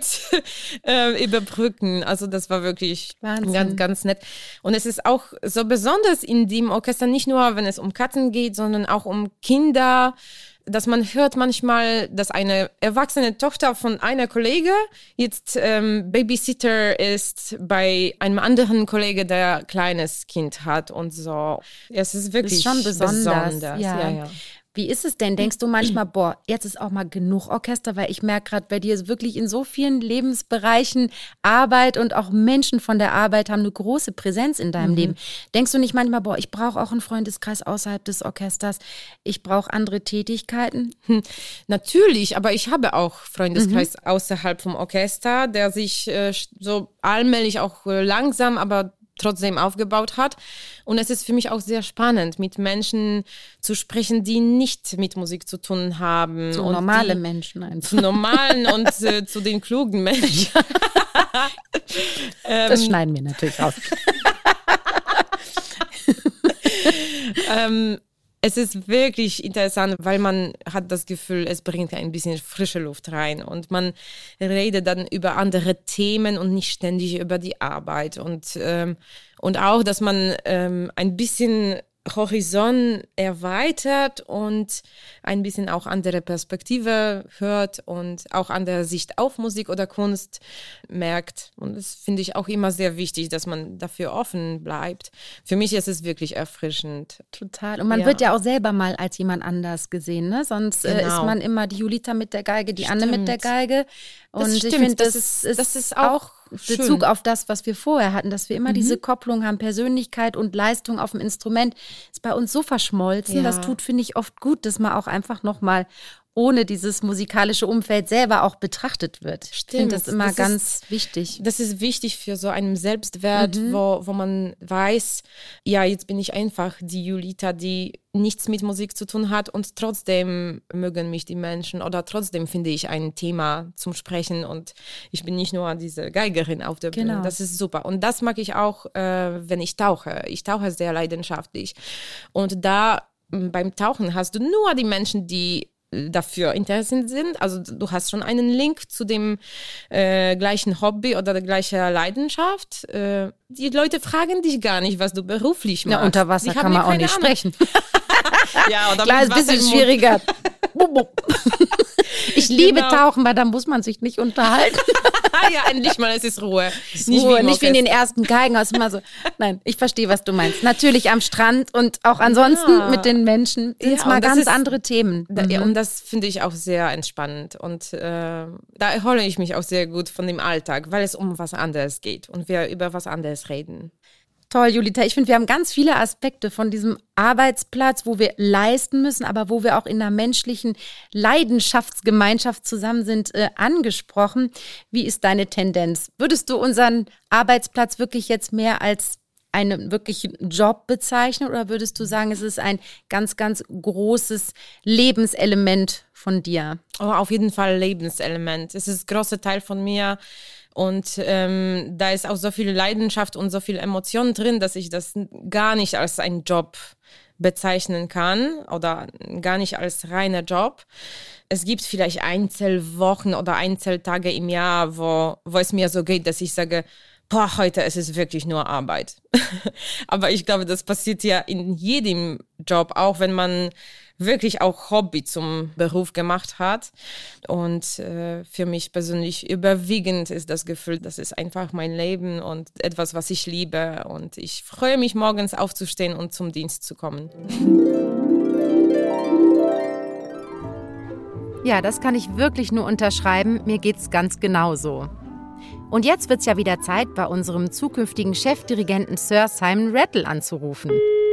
äh, überbrücken. Also das war wirklich
Wahnsinn.
ganz, ganz nett. Und es ist auch so besonders in dem Orchester, nicht nur, wenn es um Katzen geht, sondern auch um Kinder, dass man hört manchmal, dass eine erwachsene Tochter von einer Kollege jetzt ähm, Babysitter ist bei einem anderen Kollege, der ein kleines Kind hat und so. Es ist wirklich
ist schon besonders.
besonders.
Ja.
Ja, ja.
Wie ist es denn? Denkst du manchmal, boah, jetzt ist auch mal genug Orchester, weil ich merke gerade bei dir ist wirklich in so vielen Lebensbereichen Arbeit und auch Menschen von der Arbeit haben eine große Präsenz in deinem mhm. Leben. Denkst du nicht manchmal, boah, ich brauche auch einen Freundeskreis außerhalb des Orchesters, ich brauche andere Tätigkeiten?
Hm, natürlich, aber ich habe auch Freundeskreis mhm. außerhalb vom Orchester, der sich äh, so allmählich auch äh, langsam, aber trotzdem aufgebaut hat. Und es ist für mich auch sehr spannend, mit Menschen zu sprechen, die nicht mit Musik zu tun haben.
Zu
und
normale
die,
Menschen einfach.
Zu normalen und äh, zu den klugen Menschen.
Das schneiden wir natürlich raus.
ähm, Es ist wirklich interessant, weil man hat das Gefühl, es bringt ein bisschen frische Luft rein und man redet dann über andere Themen und nicht ständig über die Arbeit und, ähm, und auch, dass man ähm, ein bisschen Horizont erweitert und ein bisschen auch andere Perspektive hört und auch andere Sicht auf Musik oder Kunst merkt. Und das finde ich auch immer sehr wichtig, dass man dafür offen bleibt. Für mich ist es wirklich erfrischend.
Total. Und man
ja.
wird ja auch selber mal als jemand anders gesehen, ne? Sonst genau. äh, ist man immer die Julita mit der Geige, die stimmt. Anne mit der Geige. Und
das
ich
stimmt.
finde, das,
das,
ist,
das ist auch
Bezug auf das, was wir vorher hatten, dass wir immer
mhm.
diese Kopplung haben, Persönlichkeit und Leistung auf dem Instrument, ist bei uns so verschmolzen. Ja. Das tut, finde ich, oft gut, dass man auch einfach nochmal ohne dieses musikalische Umfeld selber auch betrachtet wird. Ich finde das immer das ganz
ist,
wichtig.
Das ist wichtig für so einen Selbstwert, mhm. wo, wo man weiß, ja, jetzt bin ich einfach die Julita, die nichts mit Musik zu tun hat und trotzdem mögen mich die Menschen oder trotzdem finde ich ein Thema zum Sprechen und ich bin nicht nur diese Geigerin auf der Bühne. Genau. Das ist super. Und das mag ich auch, äh, wenn ich tauche. Ich tauche sehr leidenschaftlich. Und da beim Tauchen hast du nur die Menschen, die dafür interessiert sind. Also du hast schon einen Link zu dem äh, gleichen Hobby oder der gleichen Leidenschaft. Äh, die Leute fragen dich gar nicht, was du beruflich machst.
Ja, unter Wasser kann man auch nicht Ahnung. sprechen.
Ja, oder
klar, ist ein bisschen schwieriger. Ich liebe genau. Tauchen, weil da muss man sich nicht unterhalten.
Ja, endlich mal, es ist Ruhe.
Es ist nicht Ruhe, wie nicht wie in den ersten Geigen. Also immer so. Nein, ich verstehe, was du meinst. Natürlich am Strand und auch ansonsten ja. mit den Menschen sind es ja, mal ganz ist, andere Themen.
Da, mhm. ja, und das finde ich auch sehr entspannend. Und äh, da erhole ich mich auch sehr gut von dem Alltag, weil es um was anderes geht und wir über was anderes reden.
Toll, Julita. Ich finde, wir haben ganz viele Aspekte von diesem Arbeitsplatz, wo wir leisten müssen, aber wo wir auch in einer menschlichen Leidenschaftsgemeinschaft zusammen sind, äh, angesprochen. Wie ist deine Tendenz? Würdest du unseren Arbeitsplatz wirklich jetzt mehr als einen wirklichen Job bezeichnen oder würdest du sagen, es ist ein ganz, ganz großes Lebenselement von dir?
Oh, auf jeden Fall Lebenselement. Es ist ein großer Teil von mir. Und ähm, da ist auch so viel Leidenschaft und so viel Emotion drin, dass ich das gar nicht als einen Job bezeichnen kann oder gar nicht als reiner Job. Es gibt vielleicht Einzelwochen oder Einzeltage im Jahr, wo, wo es mir so geht, dass ich sage, boah, heute ist es wirklich nur Arbeit. Aber ich glaube, das passiert ja in jedem Job, auch wenn man wirklich auch Hobby zum Beruf gemacht hat. Und äh, für mich persönlich überwiegend ist das Gefühl, das ist einfach mein Leben und etwas, was ich liebe. Und ich freue mich, morgens aufzustehen und zum Dienst zu kommen.
Ja, das kann ich wirklich nur unterschreiben. Mir geht's ganz genauso. Und jetzt wird's ja wieder Zeit, bei unserem zukünftigen Chefdirigenten Sir Simon Rattle anzurufen.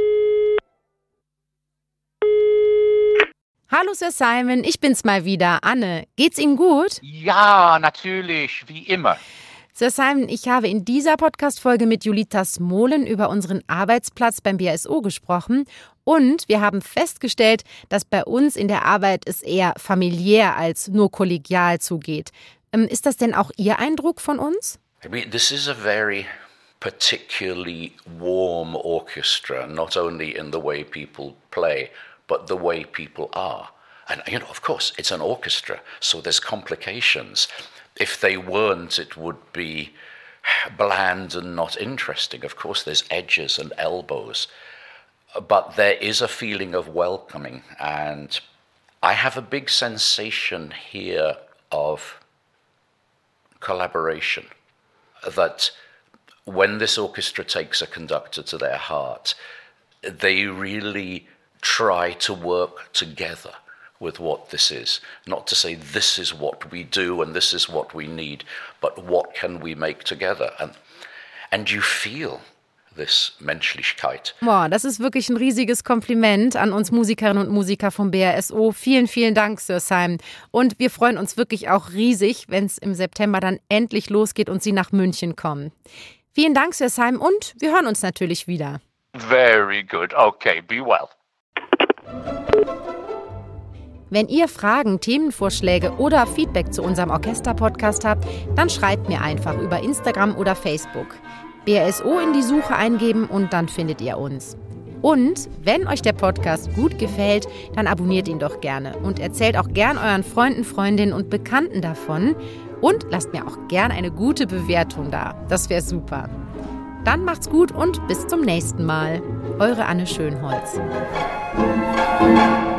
Hallo Sir Simon, ich bin's mal wieder, Anne. Geht's Ihnen gut?
Ja, natürlich, wie immer.
Sir Simon, ich habe in dieser Podcast-Folge mit Julita Smolen über unseren Arbeitsplatz beim B A S O gesprochen und wir haben festgestellt, dass bei uns in der Arbeit es eher familiär als nur kollegial zugeht. Ist das denn auch Ihr Eindruck von uns?
I mean, this is a very particularly warm orchestra, not only in the way people play, but the way people are. And, you know, of course, it's an orchestra, so there's complications. If they weren't, it would be bland and not interesting. Of course, there's edges and elbows. But there is a feeling of welcoming. And I have a big sensation here of collaboration. That when this orchestra takes a conductor to their heart, they really try to work together with what this is. Not to say this is what we do and this is what we need, but what can we make together? And, and you feel this Menschlichkeit.
Boah, das ist wirklich ein riesiges Kompliment an uns Musikerinnen und Musiker vom B A S O. Vielen, vielen Dank, Sir Simon. Und wir freuen uns wirklich auch riesig, wenn es im September dann endlich losgeht und Sie nach München kommen. Vielen Dank, Sir Simon, und wir hören uns natürlich wieder.
Very good. Okay, be well.
Wenn ihr Fragen, Themenvorschläge oder Feedback zu unserem Orchester-Podcast habt, dann schreibt mir einfach über Instagram oder Facebook. B A S O in die Suche eingeben und dann findet ihr uns. Und wenn euch der Podcast gut gefällt, dann abonniert ihn doch gerne und erzählt auch gern euren Freunden, Freundinnen und Bekannten davon und lasst mir auch gern eine gute Bewertung da. Das wäre super. Dann macht's gut und bis zum nächsten Mal. Eure Anne Schönholz.